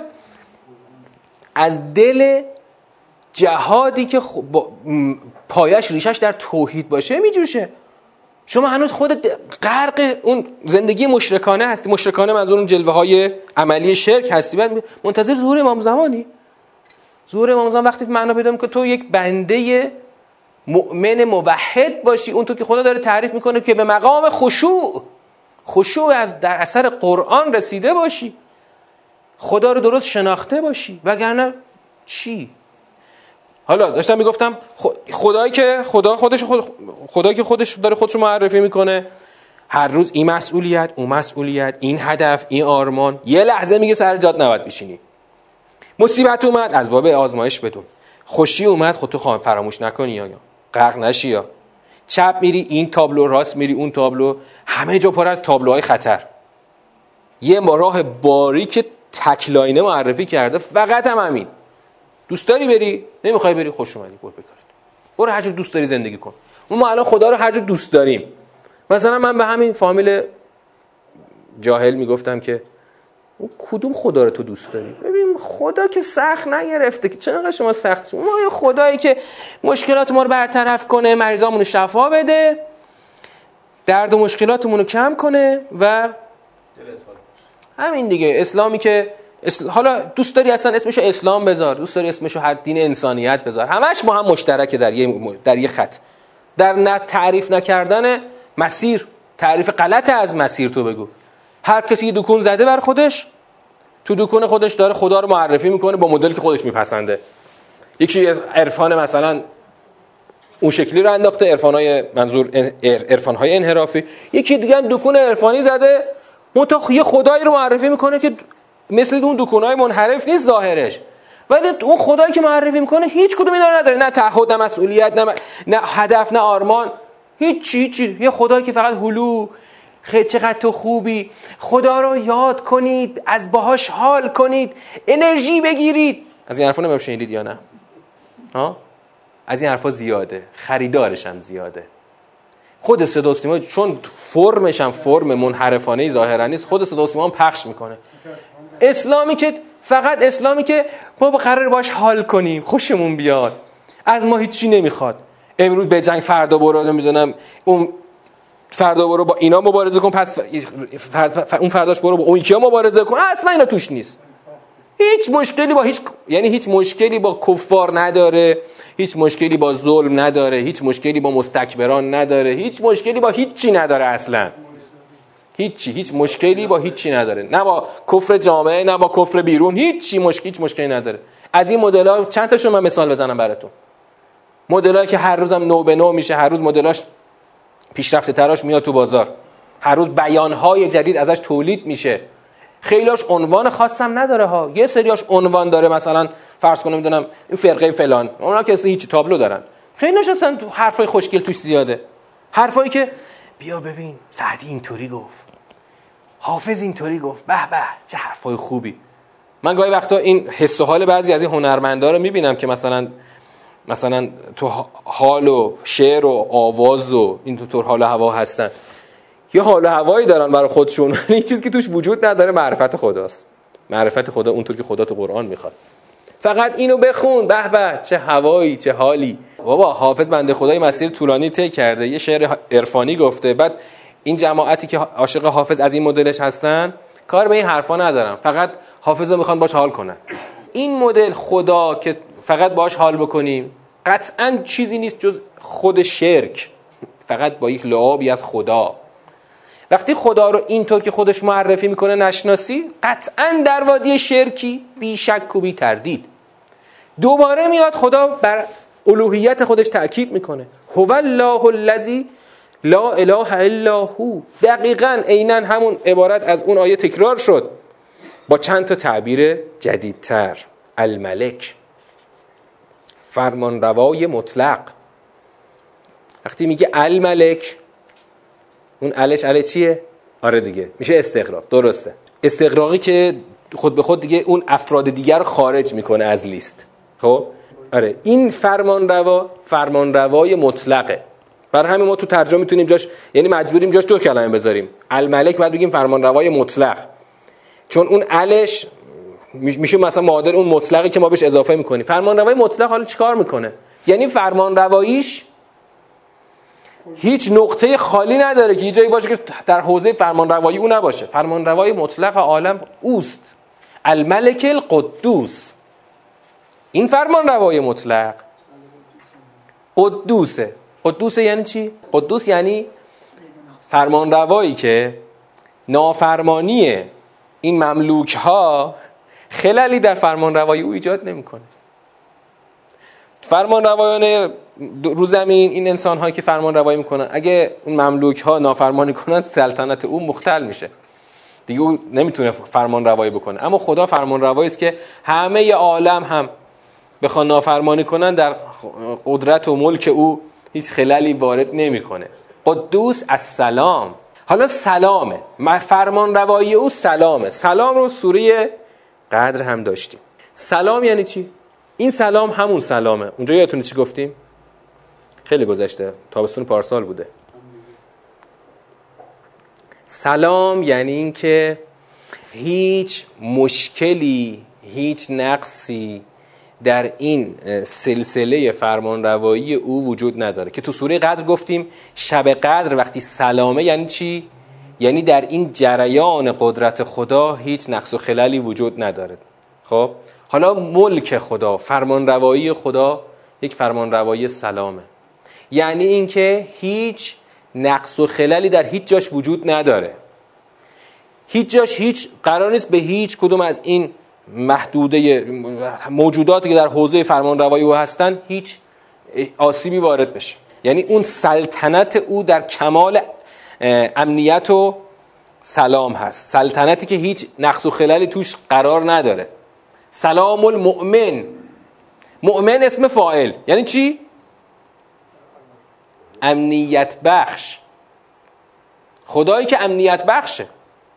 از دل جهادی که پایش ریشش در توحید باشه میجوشه. شما هنوز خودت غرق اون زندگی مشرکانه هستی، مشرکانه منظور اون جلوه های عملی شرک هستی، بعد منتظر ظهور امام زمانی. ظهور امام زمان وقتی معنا پیدا میکنه تو یک بنده مؤمن موحد باشی، اون تو که خدا داره تعریف میکنه که به مقام خشوع خشوع از در اثر قرآن رسیده باشی، خدا رو درست شناخته باشی، وگرنه چی؟ حالا داشتم میگفتم خدایی که خدا خودش خود خدایی که خودش داره خودش رو معرفی میکنه، هر روز این مسئولیت اون مسئولیت، این هدف این آرمان، یه لحظه میگه سر جات نباید بشینی. مصیبت اومد از باب آزمایش بدون، خوشی اومد خودتو خواهم فراموش نکنی یا غرق نشی، یا چپ میری این تابلو، راست میری اون تابلو، همه جا پر از تابلوهای خطر. یه راه باریک تک لاینه معرفی کرده، فقط هم همین. دوست داری بری؟ نمیخوای بری؟ خوش اومدی، برو بکارت، برو هر جور دوست داری زندگی کن. ما الان خدا رو هر جور دوست داریم. مثلا من به همین فامیل جاهل میگفتم که اون کدوم خدا رو تو دوست داری؟ ببین خدا که سخت نگرفته که چرا شما سخت؟ ما یه خدایی که مشکلات ما رو برطرف کنه، مریضامون رو شفا بده، درد و مشکلاتمون رو کم کنه و همین دیگه. اسلامی که اسل... حالا دوست داری اصلا اسمشو اسلام بذار، دوست داری اسمشو حد دین انسانیت بذار، همش با هم مشترکه در یه در یه خط. در نه تعریف نکردن مسیر، تعریف غلط از مسیر تو بگو. هر کسی یه دکون زده بر خودش، تو دکون خودش داره خدا رو معرفی میکنه با مدلی که خودش میپسنده. یکی عرفان مثلا اون شکلی رو انداخته، عرفانای منظور عرفانهای انحرافی، یکی دیگه دکون عرفانی زده منتها یه خدایی رو معرفی میکنه که مثل اون دکونای منحرف نیست ظاهرش، ولی اون خدایی که معرفی میکنه هیچ کدومی داره نداره، نه تعهد نه مسئولیت نه, نه هدف نه آرمان، هیچ هیچی. یه خدایی که فقط هلو خیلی چقدر تو خوبی، خدا رو یاد کنید، از باهاش حال کنید، انرژی بگیرید. از این حرفا نمی‌دونم شنیدید یا نه؟ ها؟ از این حرفا زیاده، خریدارش هم زیاده. خود صدا و سیما چون فرمش هم فرم منحرفانه ظاهرا نیست، خود صدا و سیما هم پخش میکنه. اسلامی که فقط اسلامی که ما قرار باش حال کنیم، خوشمون بیاد، از ما هیچی نمیخواد. امروز به جنگ، فردا برو نمیدونم اون فردا برو با اینا مبارزه کن، پس فرد اون فرداش برو با اون کیا مبارزه کن. اصلا اینا توش نیست. هیچ مشکلی با هیچ یعنی هیچ مشکلی با کفار نداره، هیچ مشکلی با ظلم نداره، هیچ مشکلی با مستکبران نداره، هیچ مشکلی با هیچی نداره اصلا. هیچی هیچ مشکلی با هیچی نداره، نه با کفر جامعه نه با کفر بیرون، هیچی مشکلی هیچ مشکلی نداره. از این مدل‌ها چند تاشون من مثال بزنم براتون. مدلایی که هر روزم نو به نو میشه، هر روز مدلاش پیشرفته تراش میاد تو بازار، هر روز بیانهای جدید ازش تولید میشه. خیلیاش عنوان خاصم نداره ها، یه سریاش عنوان داره، مثلا فرض کنم میدونم این فرقه فلان، اونا که اصلا هیچ تابلو دارن. خیلیاش اصلا حرفای خوشگل توش زیاده، حرفایی که بیا ببین سعدی اینطوری گفت، حافظ اینطوری گفت، به به چه حرفای خوبی. من گاهی وقتا این حس و حال بعضی از این هنرمندا رو میبینم که مثلا مثلا تو حال و شعر و آواز و این تو طور حال و هوا هستن، یه حال و هوایی دارن برای خودشون، این چیزی که توش وجود نداره معرفت خداست. معرفت خدا اونطور که خدا تو قرآن میخواد. فقط اینو بخون، به به چه هوایی چه حالی. بابا حافظ بنده خدای مسیر طولانی طی کرده، یه شعر عرفانی گفته، بعد این جماعتی که عاشق حافظ از این مدلش هستن کار به این حرفا ندارن، فقط حافظ رو میخوان باش حال کنن. این مدل خدا که فقط باش حال بکنیم قطعاً چیزی نیست جز خود شرک، فقط با یک لعابی از خدا. وقتی خدا رو اینطور که خودش معرفی میکنه نشناسی، قطعاً در وادی شرکی بی شک و بی تردید. دوباره میاد خدا بر الوهیت خودش تأکید میکنه، هو الله الذی لا اله الا هو. دقیقاً عیناً همون عبارت از اون آیه تکرار شد با چند تا تعبیر جدیدتر. الملک، فرمان روای مطلق. وقتی میگه الملک، اون الش ال چیه؟ آره دیگه میشه استغراق. درسته، استغراقی که خود به خود دیگه اون افراد دیگر رو خارج میکنه از لیست. خب آره، این فرمان روا فرمان روای مطلقه. برای همین ما تو ترجمه میتونیم جاش، یعنی مجبوریم جاش دو کلمه بذاریم، الملک بعد بگیم فرمان روای مطلق، چون اون الش میشه مثلا معادل اون مطلقی که ما بهش اضافه میکنیم. فرمان روای مطلق حالا چیکار میکنه؟ یعنی فرمان رواییش هیچ نقطه خالی نداره که یه جایی باشه که در حوزه فرمان روایی او نباشه. فرمان روای مطلق عالم اوست، الملک القدوس. این فرمان روای مطلق قدوسه. قدوسه یعنی چی؟ قدوس یعنی فرمان روایی که نافرمانی این مملوک ها خللی در فرمان روایی او ایجاد نمیکنه. فرمان روایان رو زمین، این انسان هایی که فرمان روایی میکنن، اگه اون مملوک ها نافرمانی کنن سلطنت او مختل میشه دیگه، او نمیتونه فرمان روایی بکنه. اما خدا فرمان روایی است که همه عالم هم بخوان نافرمانی کنن در قدرت و ملک او هیچ خللی وارد نمیکنه. قدوس السلام. حالا سلامه، فرمان روایی او سلامه. سلام رو سوره قدر هم داشتیم. سلام یعنی چی؟ این سلام همون سلامه. اونجا یادتونه چی گفتیم؟ خیلی گذشته، تابستون پارسال بوده. سلام یعنی این که هیچ مشکلی، هیچ نقصی در این سلسله فرمان روایی او وجود نداره، که تو سوره قدر گفتیم شب قدر وقتی سلامه یعنی چی؟ یعنی در این جریان قدرت خدا هیچ نقص و خللی وجود نداره. خب حالا ملک خدا، فرمان روایی خدا یک فرمان روایی سلامه، یعنی اینکه هیچ نقص و خللی در هیچ جاش وجود نداره. هیچ جاش هیچ قرار نیست به هیچ کدوم از این محدوده موجوداتی که در حوزه فرمان روایی او هستن هیچ آسیبی وارد بشه. یعنی اون سلطنت او در کمال امنیت و سلام هست، سلطنتی که هیچ نقص و خللی توش قرار نداره. سلام المؤمن. مؤمن اسم فاعل یعنی چی؟ امنیت بخش. خدایی که امنیت بخشه.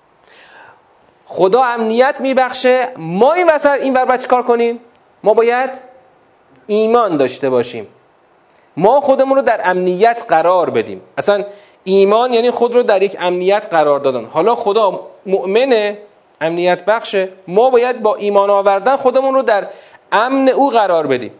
خدا امنیت میبخشه. ما این وسط این ور باید چیکار کنیم؟ ما باید ایمان داشته باشیم. ما خودمون رو در امنیت قرار بدیم. اصلا ایمان یعنی خود رو در یک امنیت قرار دادن. حالا خدا مؤمنه، امنیت بخشه، ما باید با ایمان آوردن خودمون رو در امن او قرار بدیم.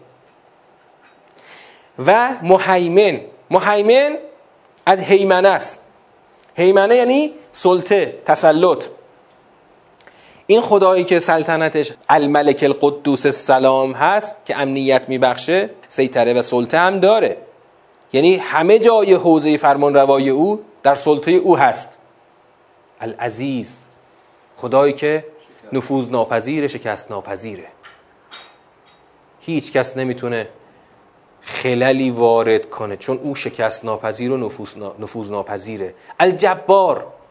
و مهیمن. مهیمن از هیمنه است. هیمنه یعنی سلطه، تسلط. این خدایی که سلطنتش الملک القدوس السلام هست که امنیت میبخشه، سیطره و سلطه هم داره. یعنی همه جای حوزه فرمان روای او در سلطه او هست. العزیز، خدایی که نفوذ ناپذیره، شکست ناپذیره. هیچ کس نمیتونه خللی وارد کنه چون او شکست ناپذیر و نفوذ ناپذیره. الجبار،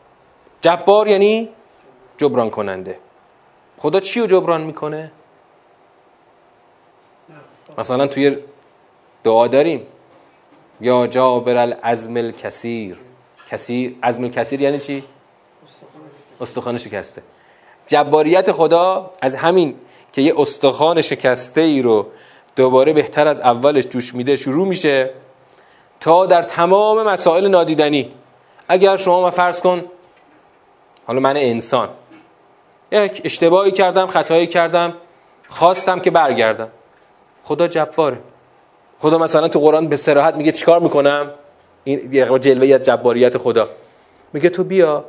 جبار یعنی جبران کننده. خدا چی رو جبران میکنه؟ مثلا توی دعا داریم یا جابر العظم الکثیر. کثیر، عظم الکثیر یعنی چی؟ استخوان شکسته. جباریت خدا از همین که یه استخوان شکسته ای رو دوباره بهتر از اولش جوش میده شروع میشه تا در تمام مسائل نادیدنی. اگر شما ما فرض کن حالا من انسان یک اشتباهی کردم، خطایی کردم، خواستم که برگردم، خدا جباره. خدا مثلا تو قرآن به صراحت میگه چیکار میکنم؟ این یه جلوه‌ای از جباریت خدا. میگه تو بیا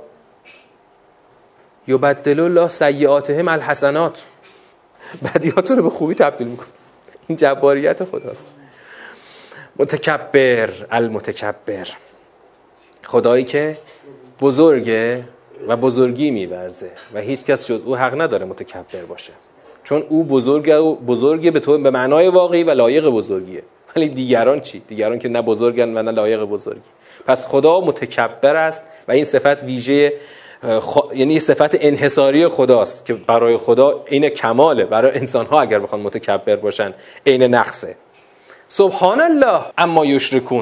یبدل الله سیئاتهم الحسنات، بدیهاتون رو به خوبی تبدیل میکنه. این جباریت خداست. متکبر، المتکبر، خدایی که بزرگه و بزرگی می‌ورزه و هیچ کس جز او حق نداره متکبر باشه، چون او بزرگه و بزرگه به تو به معنای واقعی و لایق بزرگیه. ولی دیگران چی؟ دیگران که نه بزرگن و نه لایق بزرگی. پس خدا متکبر است و این صفت ویژه خ... یعنی صفت انحصاری خداست که برای خدا این کماله، برای انسان‌ها اگر بخوان متکبر باشن این نقصه. سبحان الله اما یشرکون،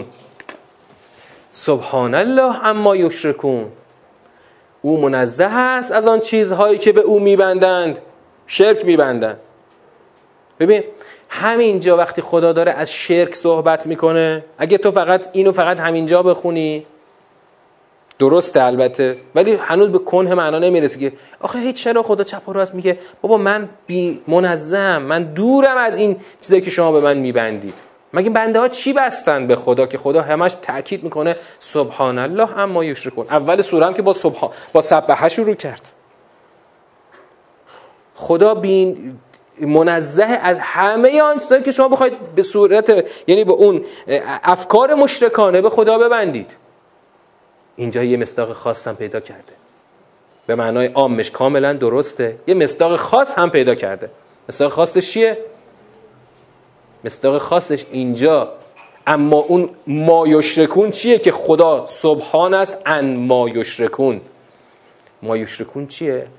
سبحان الله اما یشرکون، او منزه است از آن چیزهایی که به او میبندند، شرک میبندند. ببین همینجا وقتی خدا داره از شرک صحبت میکنه، اگه تو فقط اینو فقط همینجا بخونی درسته البته، ولی هنوز به کنه معنا نمیرسی که آخه هیچ چرا خدا چپ و راست میگه بابا من بی منظم، من دورم از این چیزایی که شما به من میبندید. مگه بنده ها چی بستن به خدا که خدا همش تأکید میکنه سبحان الله اما یشرکون؟ اول سوره هم که با سبحان با سبحه شروع کرد. خدا بین منزه از همه آن چیزایی که شما بخواید به صورت یعنی به اون افکار مشرکانه به خدا ببندید. اینجا یه مصداق خاص هم پیدا کرده، به معنای عامش کاملا درسته، یه مصداق خاص هم پیدا کرده. مصداق خاصش چیه؟ مصداق خاصش اینجا اما اون ما یشرکون چیه که خدا سبحان است ان ما یشرکون. ما یشرکون چیه؟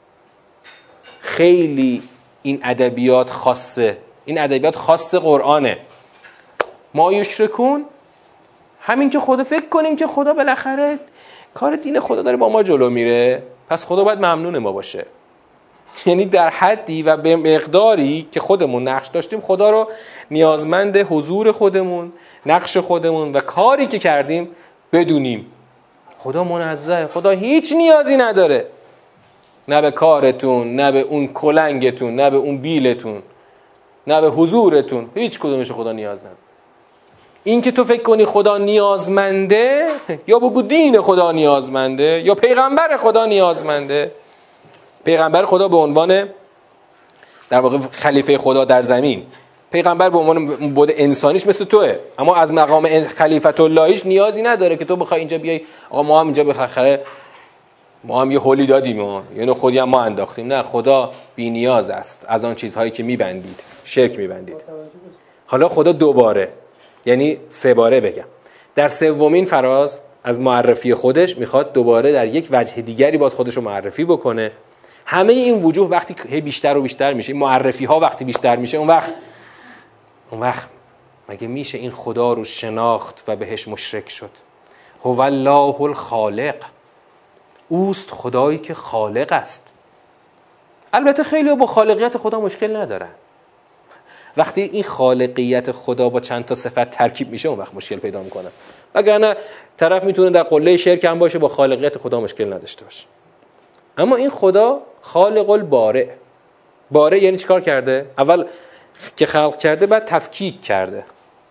خیلی این ادبیات خاصه، این ادبیات خاص قرآنه. ما یشرکون همین که خدا فکر کنیم که خدا بالاخره کار دین خدا داره با ما جلو میره، پس خدا باید ممنون ما باشه. یعنی در حدی و به مقداری که خودمون نقش داشتیم خدا رو نیازمند حضور خودمون، نقش خودمون و کاری که کردیم بدونیم. خدا منزه، خدا هیچ نیازی نداره، نه به کارتون، نه به اون کلنگتون، نه به اون بیلتون، نه به حضورتون، هیچ کدومش خدا نیاز نداره. این که تو فکر کنی خدا نیازمنده، یا بگو دین خدا نیازمنده یا پیغمبر خدا نیازمنده. پیغمبر خدا به عنوان در واقع خلیفه خدا در زمین، پیغمبر به عنوان بود انسانیش مثل توه، اما از مقام خلیفت اللهیش نیازی نداره که تو بخوای اینجا بیای آقا ما هم اینجا بالاخره ما هم یه هولی دادیم ما یعنی خودی هم ما انداختیم. نه، خدا بی نیاز است از آن چیزهایی که میبندید، شرک میبندید. حالا خدا دوباره، یعنی سه باره بگم، در سومین فراز از معرفی خودش میخواد دوباره در یک وجه دیگری باز خودش رو معرفی بکنه. همه این وجوه وقتی بیشتر و بیشتر میشه، این معرفی ها وقتی بیشتر میشه، اون وقت اون وقت مگه میشه این خدا رو شناخت و بهش مشرک شد؟ هو الله الخالق، اوست خدایی که خالق است. البته خیلی با خالقیت خدا مشکل ندارن. وقتی این خالقیت خدا با چند تا صفت ترکیب میشه اون وقت مشکل پیدا میکنه. وگرنه طرف میتونه در قله شرک هم باشه با خالقیت خدا مشکل نداشته باشه. اما این خدا خالق البارئ. بارئ یعنی چیکار کرده؟ اول که خلق کرده بعد تفکیک کرده.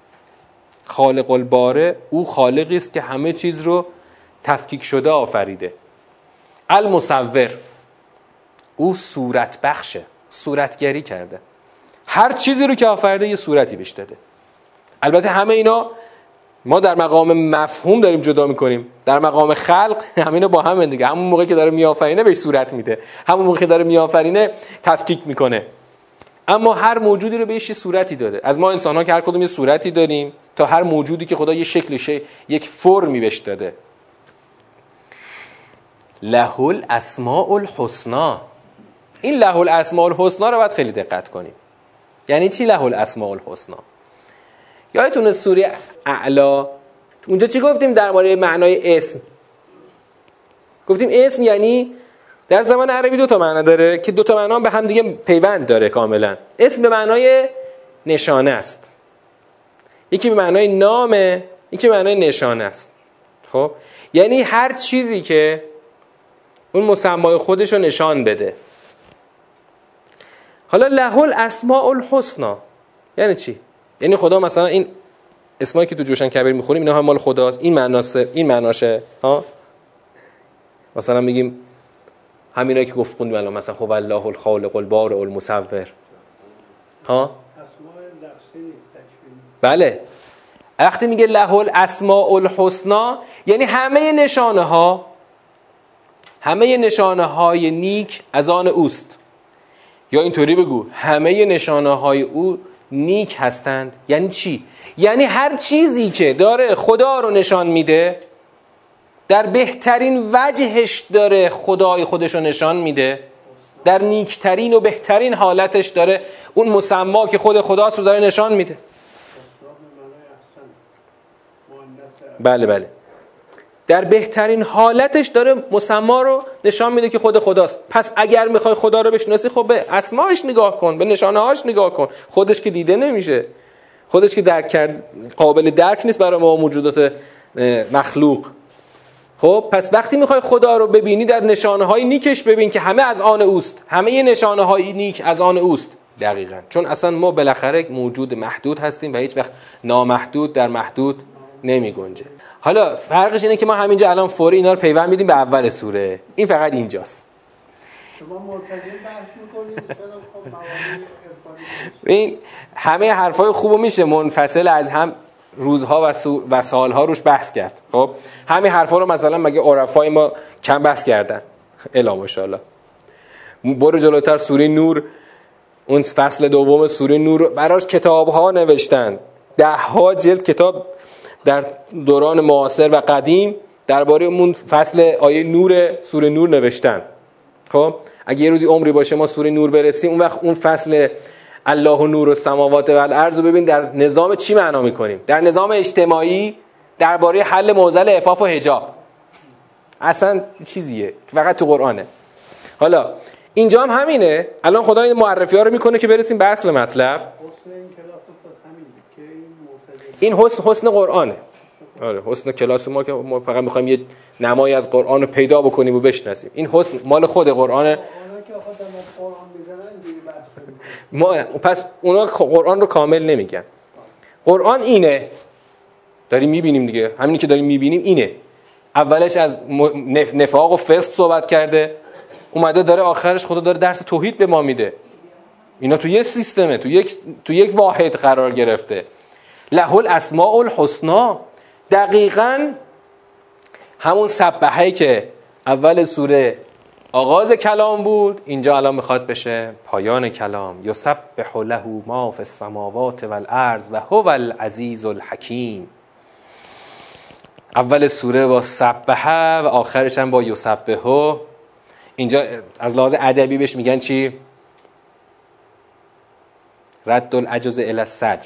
خالق البارئ، او خالقی است که همه چیز رو تفکیک شده آفریده. المصور، او صورت بخشه، صورتگری کرده. هر چیزی رو که آفریده یه صورتی بهش داده. البته همه اینا ما در مقام مفهوم داریم جدا میکنیم، در مقام خلق همینو با هم دیگه. همون موقعی که داره میآفرینه بهش صورت میده، همون موقعی که داره میآفرینه تفکیک میکنه. اما هر موجودی رو بهش یه صورتی داده. از ما انسان ها که هر کدوم یه صورتی داریم، تا هر موجودی که خدا یه شکل شه، یک فرمی بهش داده. له الاسماء الحسنا. این له الاسماء الحسنا رو باید خیلی دقت کنیم. یعنی چی له الاسماء الحسنا؟ یادتونه سوره اعلا اونجا چی گفتیم درباره معنای اسم؟ گفتیم اسم یعنی در زبان عربی دو تا معنا داره که دو تا معنا به هم دیگه پیوند داره کاملا. اسم به معنای نشانه است، یکی به معنای نامه، یکی به معنای نشانه است. خب یعنی هر چیزی که اون مسمای خودش رو نشان بده. حالا له الاسماء الحسنا یعنی چی؟ یعنی خدا مثلا این اسمایی که تو جوشن کبیر میخونیم اینا هم مال خداست، این معناشه، این معناشه ها. مثلا میگیم همینایی که گفت خوندیم الان، مثلا هو الله الخالق البارئ المصور ها. بله وقتی میگه له الاسماء الحسنا یعنی همه نشانه ها، همه نشانه های نیک از آن اوست. یا اینطوری بگو همه نشانه های او نیک هستند. یعنی چی؟ یعنی هر چیزی که داره خدا رو نشان میده در بهترین وجهش داره خدای خودش رو نشان میده، در نیکترین و بهترین حالتش داره اون مسما که خود خداست رو داره نشان میده. بله بله در بهترین حالتش داره مسما رو نشان میده که خود خداست. پس اگر میخوای خدا رو بشناسی خب به اسماش نگاه کن، به نشانه هاش نگاه کن. خودش که دیده نمیشه، خودش که درک کرد قابل درک نیست برای ما موجودات مخلوق. خب پس وقتی میخوای خدا رو ببینی در نشانه های نیکش ببین که همه از آن اوست، همه نشانه های نیک از آن اوست. دقیقاً چون اصلا ما بالاخره موجود محدود هستیم و هیچ وقت نامحدود در محدود نمی گنجه. حالا فرقش اینه که ما همینجا الان فوری اینا رو پیوند میدیم به اول سوره. این فقط اینجاست. شما مرتجع بحث می‌کنید چرا خب موانع عرفانی این همه حرفای خوبو میشه منفصل از هم روزها و, سو و سالها روش بحث کرد. خب همین حرفا رو مثلا مگه عرفای ما کم بحث کردن؟ الا ماشاءالله. برو جلوتر سوره نور، اون فصل دوم سوره نور براش کتاب‌ها نوشتن، ده ها جلد کتاب در دوران معاصر و قدیم درباره اون فصل آیه نور سوره نور نوشتن. خب اگه یه روزی عمری باشه ما سوره نور برسیم اون وقت اون فصل الله نور السماوات و الارض رو ببین در نظام چی معنا میکنیم. در نظام اجتماعی درباره حل معضل عفاف و حجاب. اصلا چیزیه فقط تو قرآنه. حالا اینجا هم همینه. الان خدا این معرفی ها رو میکنه که برسیم به اصل مطلب. این حسن حسن قرآنه. آره حسن کلاس ما که ما فقط میخوایم یه نمایی از قرآن رو پیدا بکنیم و بشناسیم. این حسن مال خود قرآنه. ما پس اونا قرآن رو کامل نمیگن. قرآن اینه داریم میبینیم دیگه، همینی که داریم میبینیم اینه. اولش از نفاق و فسق صحبت کرده، اومده داره آخرش خدا داره درس توحید به ما میده. اینا تو یک سیستمه، تو یک تو یک واحد قرار گرفته. له الاسماء الحسنا دقیقاً همون سبحه‌ای که اول سوره آغاز کلام بود اینجا الان میخواد بشه پایان کلام. یسبح له ما فی السماوات والارض و هو العزیز الحکیم. اول سوره با سبحه و آخرش هم با یسبحه. اینجا از لحاظ ادبی بهش میگن چی؟ رد العجز الی الصدر.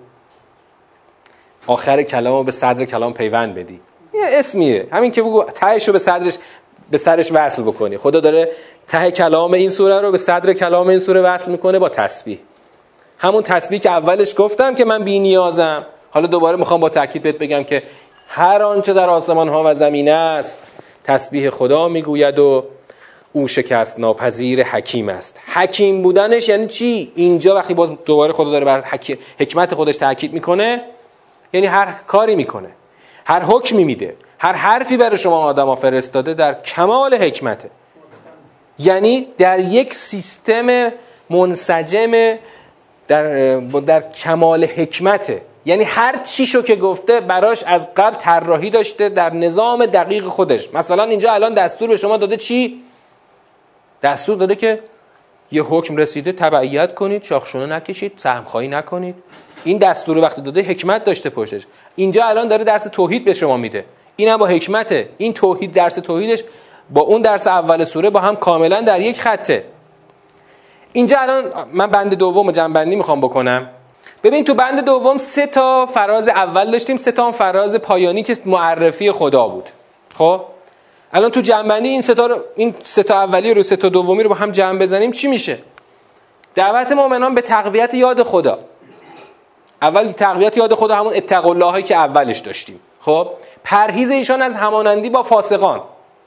آخر کلامو به صدر کلام پیوند بدی. یه اسمیه همین که بگو تهشو به صدرش به سرش وصل بکنی. خدا داره ته کلام این سوره رو به صدر کلام این سوره وصل میکنه با تسبیح. همون تسبیح که اولش گفتم که من بی نیازم. حالا دوباره میخوام با تاکید بهت بگم که هر آنچه در آسمان ها و زمین است تسبیح خدا میگوید و او شکست ناپذیر حکیم است. حکیم بودنش یعنی چی؟ اینجا وقتی باز دوباره خدا داره بر حکمت خودش تاکید میکنه، یعنی هر کاری میکنه، هر حکمی میده، هر حرفی برای شما آدم ها فرستاده در کمال حکمته. یعنی در یک سیستم منسجم در, در کمال حکمته. یعنی هر چیشو که گفته براش از قبل طراحی داشته در نظام دقیق خودش. مثلا اینجا الان دستور به شما داده چی؟ دستور داده که یه حکم رسیده تبعیت کنید، شاخشونه نکشید، سهمخواهی نکنید. این دستور وقتی داده حکمت داشته پشتش. اینجا الان داره درس توحید به شما میده، اینم با حکمته. این توحید درس توحیدش با اون درس اول سوره با هم کاملا در یک خطه. اینجا الان من بند دوم جنبندی میخوام بکنم. ببین تو بند دوم سه تا فراز اول داشتیم، سه تا فراز پایانی که معرفی خدا بود. خب الان تو جنبندی این سه تا رو، این سه تا اولی رو سه تا دومی رو با هم جمع بزنیم چی میشه؟ دعوت مؤمنان به تقویت یاد خدا. اول تقویت یاد خدا همون اتقوا اللهی که اولش داشتیم. خب پرهیز ایشان از همانندی با فاسقان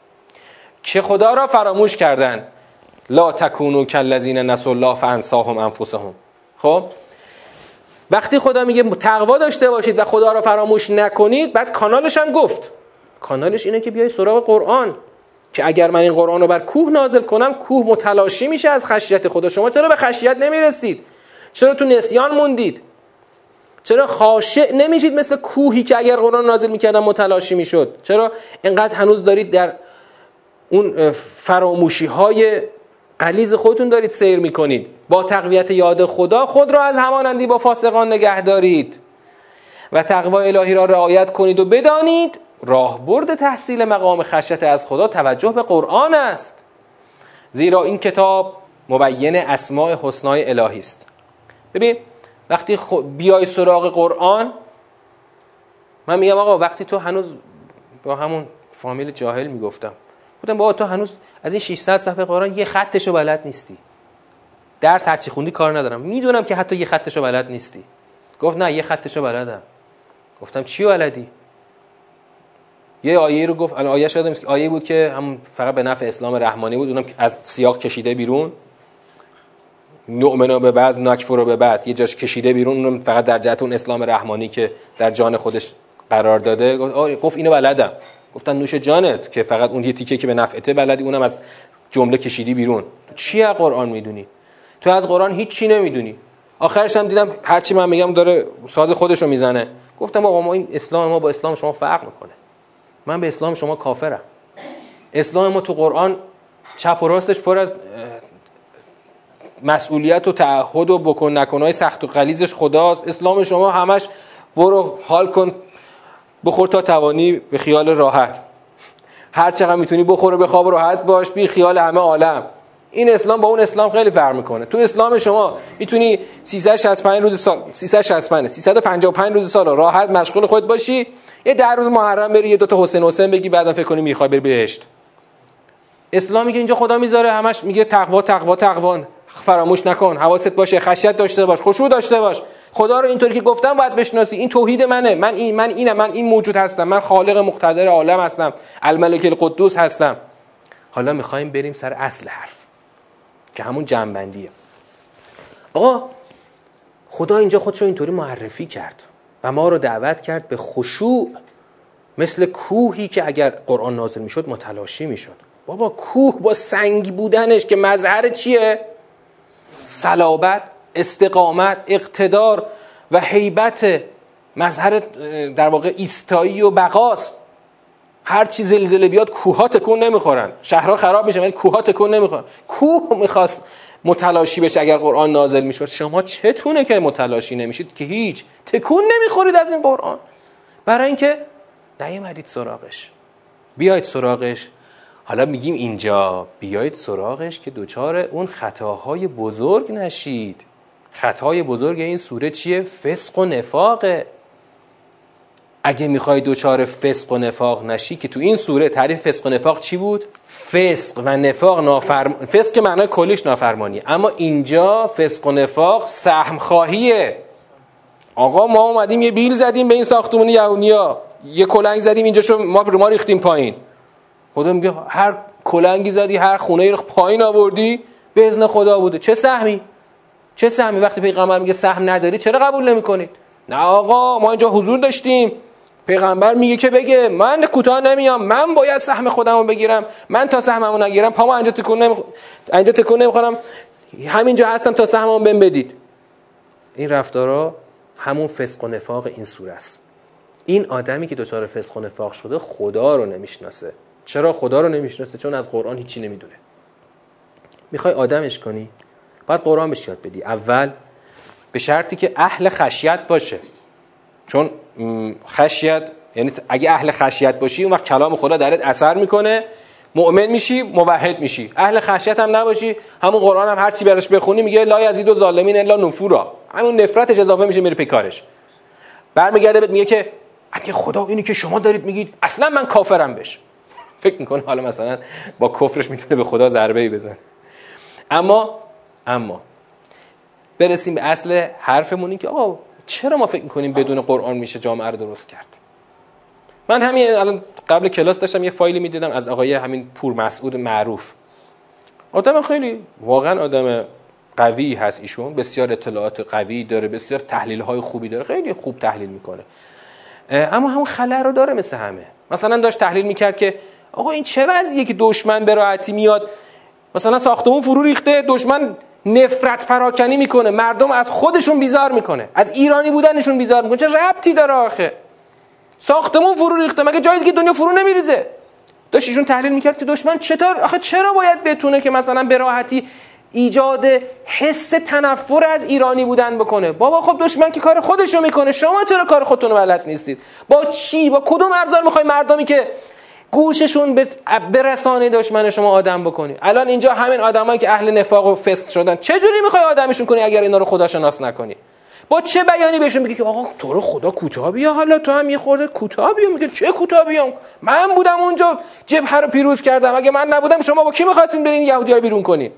که خدا را فراموش کردن. لا تکونوا کالذین نسوا الله فانساهم انفسهم. خب وقتی خدا میگه تقوا داشته باشید و خدا را فراموش نکنید، بعد کانالش هم گفت. کانالش اینه که بیای سراغ قرآن، که اگر من این قرآن رو بر کوه نازل کنم کوه متلاشی میشه از خشیت خدا. شما چرا به خشیت نمیرسید؟ چرا تو نسیان موندید؟ چرا خاشع نمیشید مثل کوهی که اگر قرآن نازل میکردم متلاشی میشد؟ چرا اینقدر هنوز دارید در اون فراموشی های غلیظ خودتون دارید سیر میکنید؟ با تقویت یاد خدا خود را از همانندی با فاسقان نگه دارید و تقوا الهی را رعایت کنید و بدانید راهبرد تحصیل مقام خشیت از خدا توجه به قرآن است، زیرا این کتاب مبین اسماء حسنای الهی است. ببین وقتی بیای سراغ قرآن، من میگم آقا وقتی تو هنوز با همون فامیل جاهل میگفتم بودم بابا تو هنوز از این ششصد صفحه قرآن یه خطشو بلد نیستی، درس هرچی خوندی کار ندارم، میدونم که حتی یه خطشو بلد نیستی. گفت نه یه خطشو بلدم. گفتم چی بلدی؟ یه آیه رو گفت، الان آیه شدم که آیه بود که هم فقط به نفع اسلام رحمانی بود، اونم از سیاق کشیده بیرون. نؤمنو به بعض نکفرو به بعض، یه جاش کشیده بیرون، اونم فقط در جهت اون اسلام رحمانی که در جان خودش قرار داده. گفت اینو بلدم. گفتن نوش جانت که فقط اون یه تیکه که به نفعته بلدی، اونم از جمله کشیدی بیرون. تو چی از قرآن میدونی؟ تو از قرآن هیچ چی نمیدونی. آخرش هم دیدم هرچی من میگم داره ساز خودشو میزنه. گفتم آقا ما این اسلام ما با اسلام شما فرق میکنه. من به اسلام شما کافرم. اسلام ما تو قرآن چپ و راستش پر از مسئولیت و تعهد و بکن نکنهای سخت و غلیظش خداست. اسلام شما همش برو حال کن بخور تا توانی به خیال راحت، هر چقدر میتونی بخور و بخواب راحت باش بی خیال همه عالم. این اسلام با اون اسلام خیلی فرق میکنه. تو اسلام شما میتونی سیصد و شصت و پنج روز سال سیصد و شصت و پنج سیصد و پنجاه و پنج روز سال راحت مشغول خودت باشی، یه ده روز محرم بری یه دو تا حسین حسین بگی، بعدم فکر کنی میخوای بری بهشت. اسلامی که اینجا خدا میذاره همش میگه تقوا تقوا تقوا، فراموش نکن، حواست باشه، خشیت داشته باش، خشوع داشته باش. خدا رو اینطوری که گفتم باید بشناسی. این توحید منه، من این من اینم، من این موجود هستم، من خالق مقتدر عالم هستم، الملک القدوس هستم. حالا میخوایم بریم سر اصل حرف که همون جنبندیه. آقا خدا اینجا خودشو اینطوری معرفی کرد و ما رو دعوت کرد به خشوع، مثل کوهی که اگر قرآن نازل میشد متلاشی میشد. بابا کوه با سنگ بودنش که مظهر چیه؟ صلابت، استقامت، اقتدار و هیبت، مظهر در واقع ایستایی و بقاست. هر چی زلزله بیاد کوه‌ها تکون نمیخورن، شهرها خراب میشن ولی کوه‌ها تکون نمیخورن. کوه میخواست متلاشی بشه اگر قرآن نازل میشد. شما چتونه که متلاشی نمیشید که هیچ تکون نمیخورید از این قرآن؟ برای اینکه نیومدید سراغش. بیایید سراغش. حالا میگیم اینجا بیایید سراغش که دوچار اون خطاهای بزرگ نشید. خطای بزرگ این سوره چیه؟ فسق و نفاقه. اگه میخوای دوچار فسق و نفاق نشی، که تو این سوره تعریف فسق و نفاق چی بود؟ فسق و نفاق نافرم... فسق که معنای کلیش نافرمانی، اما اینجا فسق و نفاق سهم خواهیه. آقا ما اومدیم یه بیل زدیم به این ساختمون یهودیا، یه کلنگ زدیم اینجاشو ما ما ریختیم پایین. خدا میگه هر کلنگی زدی، هر خونه‌ای رو پایین آوردی به اذن خدا بوده. چه سهمی؟ چه سهمی؟ وقتی پیغمبر میگه سهم نداری چرا قبول نمی‌کنید؟ نه آقا ما اینجا حضور داشتیم، پیغمبر میگه که بگه من کوتاه نمیام، من باید سهم خودمو بگیرم، من تا سهممو نگیرم پامو اینجا تکون نمیخ... اینجا تکون نمیخورم، همینجا هستم تا سهممو بهم بدید. این رفتارا همون فسق و نفاق این سوره است. این آدمی که دچار فسق و نفاق شده خدا رو نمیشناسه. چرا خدا رو نمیشناسه؟ چون از قرآن هیچی نمیدونه. میخوای آدمش کنی باید قرآن بهش یاد بدی. اول به شرطی که اهل خشیت باشه، چون خشیت یعنی اگه اهل خشیت باشی اون وقت کلام خدا درت اثر میکنه، مؤمن میشی، موحد میشی. اهل خشیت هم نباشی، همون قرآن هم هر چی براش بخونی میگه لا یزید الظالمین الا نفورا، همون نفرتش اضافه میشه میره پیکارش. برمیگرده بهت میگه که اگه خدا اینی که شما دارید میگید اصلا من کافرم بش. فکر میکنه حالا مثلا با کفرش میتونه به خدا ضربه‌ای بزنه. اما اما برسیم به اصل حرفمون، این که آقا چرا ما فکر میکنیم بدون قرآن میشه جامعه رو درست کرد؟ من همین الان قبل کلاس داشتم یه فایلی میدیدم از آقای همین پور مسعود معروف. آدم خیلی واقعا آدم قوی هست ایشون، بسیار اطلاعات قوی داره، بسیار تحلیل های خوبی داره، خیلی خوب تحلیل میکنه. اما همون خلأ رو داره مثل همه. مثلا داشت تحلیل میکرد که آقا این چه وضعیه که دشمن به راحتی میاد مثلا ساختمون فرو ریخته، دشمن نفرت پراکنی میکنه، مردم از خودشون بیزار میکنه، از ایرانی بودنشون بیزار میکنه. چه ربطی داره آخه؟ ساختمون فرو ریخته، مگه جای دیگه دنیا فرو نمیریزه؟ داشت ایشون تحلیل میکرد که دشمن چطور آخه چرا باید بتونه که مثلا به راحتی ایجاد حس تنفر از ایرانی بودن بکنه؟ بابا خب دشمن که کار خودشو میکنه، شما چرا کار خودتون رو بلد نیستید؟ با چی؟ با کدوم ابزار میخوای مردمی که گوششون به برسانه دشمن شما آدم بکنی؟ الان اینجا همین آدمایی که اهل نفاق و فسق شدن چه جوری میخوای آدمشون کنی اگر اینا رو خدا شناس نکنی؟ با چه بیانی بهشون بگی که آقا تو رو خدا کوتاه بیا، حالا تو هم یه خورده کوتاه بیا؟ میگه چه کوتاه بیام؟ من بودم اونجا جبهه رو پیروز کردم، اگه من نبودم شما با کی می‌خواستین برین یهودی‌ها رو بیرون کنین؟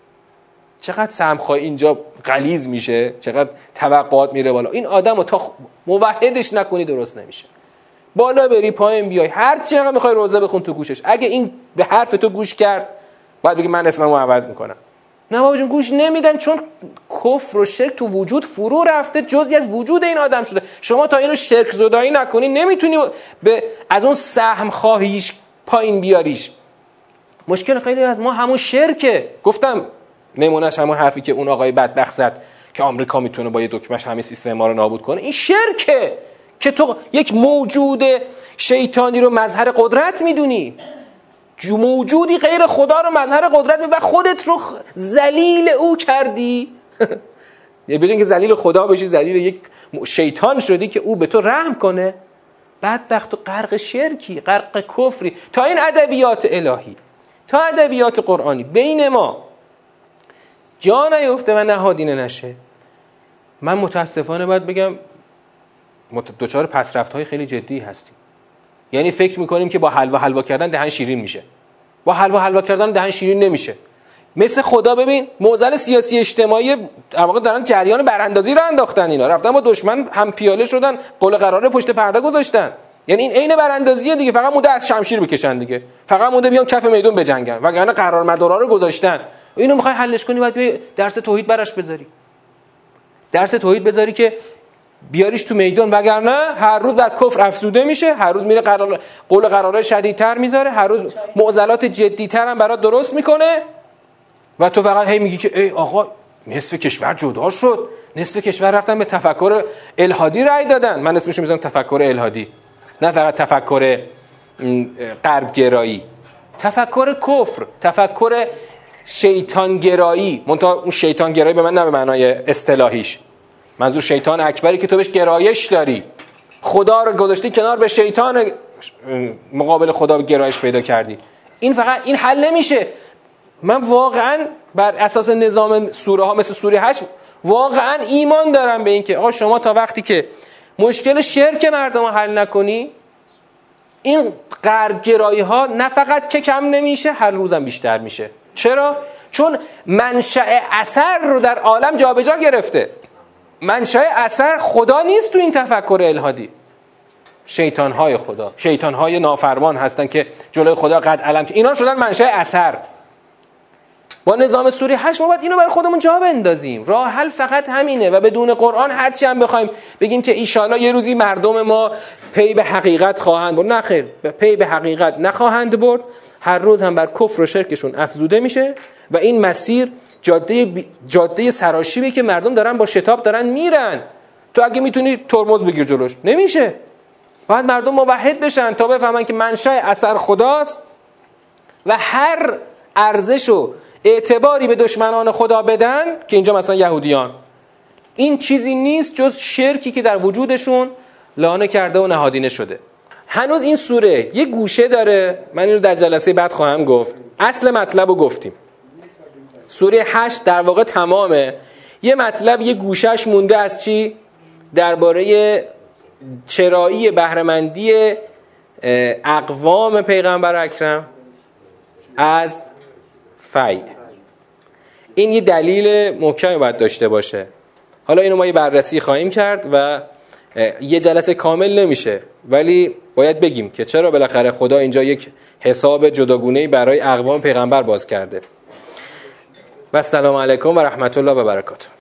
چقدر سمخای اینجا غلیظ میشه، چقدر توقعات میره بالا. این آدمو تا موحدش نکنی درست نمیشه. بالا بری پایین بیای، هر چی هم میخوای روزه بخون تو گوشش، اگه این به حرف تو گوش کرد باید بگی من اسممو عوض میکنم. نه بابا جون گوش نمیدن، چون کفر و شرک تو وجود فرو رفته، جزئی از وجود این آدم شده. شما تا اینو شرک زدایی نکنی نمیتونی به از اون سهم خواهیش پایین بیاریش. مشکل خیلی از ما همون شرکه. گفتم نمونهش همون حرفی که اون آقای بدبخت زد که آمریکا میتونه با یه دکمهش همه سیستم ما رو نابود کنه. این شرکه که تو یک موجود شیطانی رو مظهر قدرت میدونی، موجودی غیر خدا رو مظهر قدرت میدونی و خودت رو ذلیل او کردی. یعنی بجای اینکه ذلیل خدا بشی ذلیل یک شیطان شدی که او به تو رحم کنه. بدبخت و غرق شرکی، غرق کفری. تا این ادبیات الهی، تا ادبیات قرآنی بین ما جا نیفته و نهادینه نشه، من متاسفانه باید بگم دوچار پسرفت‌های خیلی جدی هستیم. یعنی فکر میکنیم که با حلوا حلوا کردن دهن شیرین میشه. با حلوا حلوا کردن دهن شیرین نمیشه. مثل خدا ببین معضل سیاسی اجتماعی در واقع دارن جریان براندازی رو انداختن، اینا رفتن با دشمن هم پیاله شدن، قول قراره پشت پرده گذاشتن. یعنی این عین براندازیه دیگه، فقط مونده از شمشیر بکشن دیگه، فقط مونده بیان کف میدون بجنگن، وگرنه قرار مدارا رو گذاشتن. اینو میخوای حلش کنی باید بیای درس توحید براش بذاری، درس توحید بذاری که بیاریش تو میدان، وگرنه هر روز بر کفر افزوده میشه، هر روز میره قرار قول قراره شدیدتر میذاره، هر روز معضلات جدی‌تر هم برات درست میکنه و تو فقط هی میگی که ای آقا نصف کشور جدا شد، نصف کشور رفتن به تفکر الحادی رأی دادن. من اسمش میذارم تفکر الحادی، نه فقط تفکر غرب گرایی، تفکر کفر، تفکر شیطان گرایی. منتها اون شیطان گرایی به من نه به معنای اصطلاحیش، منظور شیطان اکبری که تو بهش گرایش داری، خدا رو گذاشتی کنار، به شیطان مقابل خدا گرایش پیدا کردی. این فقط این حل نمیشه. من واقعا بر اساس نظام سوره ها مثل سوره هشت واقعا ایمان دارم به این که آقا شما تا وقتی که مشکل شرک مردم رو حل نکنی، این غرب گرایی ها نه فقط که کم نمیشه، هر روزم بیشتر میشه. چرا؟ چون منشأ اثر رو در عالم جابجا گرفته. منشأ اثر خدا نیست تو این تفکر الهادی، شیطان‌های خدا، شیطان‌های نافرمان هستن که جلوی خدا قد علم، اینا شدن منشأ اثر. با نظام سوره هشت ما باید اینو برای خودمون جا بندازیم. راه حل فقط همینه و بدون قرآن هرچی هم بخوایم بگیم که ایشالا یه روزی مردم ما پی به حقیقت خواهند برد، نه خیر، پی به حقیقت نخواهند برد. هر روز هم بر کفر و شرکشون افزوده میشه و این مسیر جاده ب... جاده سراشیبی که مردم دارن با شتاب دارن میرن. تو اگه میتونی ترمز بگیر جلوش، نمیشه. باید مردم موحد بشن تا بفهمن که منشأ اثر خداست و هر ارزش و اعتباری به دشمنان خدا بدن، که اینجا مثلا یهودیان، این چیزی نیست جز شرکی که در وجودشون لانه کرده و نهادینه شده. هنوز این سوره یه گوشه داره، من اینو در جلسه بعد خواهم گفت. اصل مطلب رو گفتیم. سوره هشت در واقع تمامه، یه مطلب یه گوشش مونده از چی؟ درباره چرایی بهره‌مندی اقوام پیغمبر اکرم از فیء. این یه دلیل محکمی باید داشته باشه. حالا اینو ما یه بررسی خواهیم کرد و یه جلسه کامل نمیشه، ولی باید بگیم که چرا بالاخره خدا اینجا یک حساب جداگونه‌ای برای اقوام پیغمبر باز کرده. و السلام علیکم و رحمت الله و برکاته.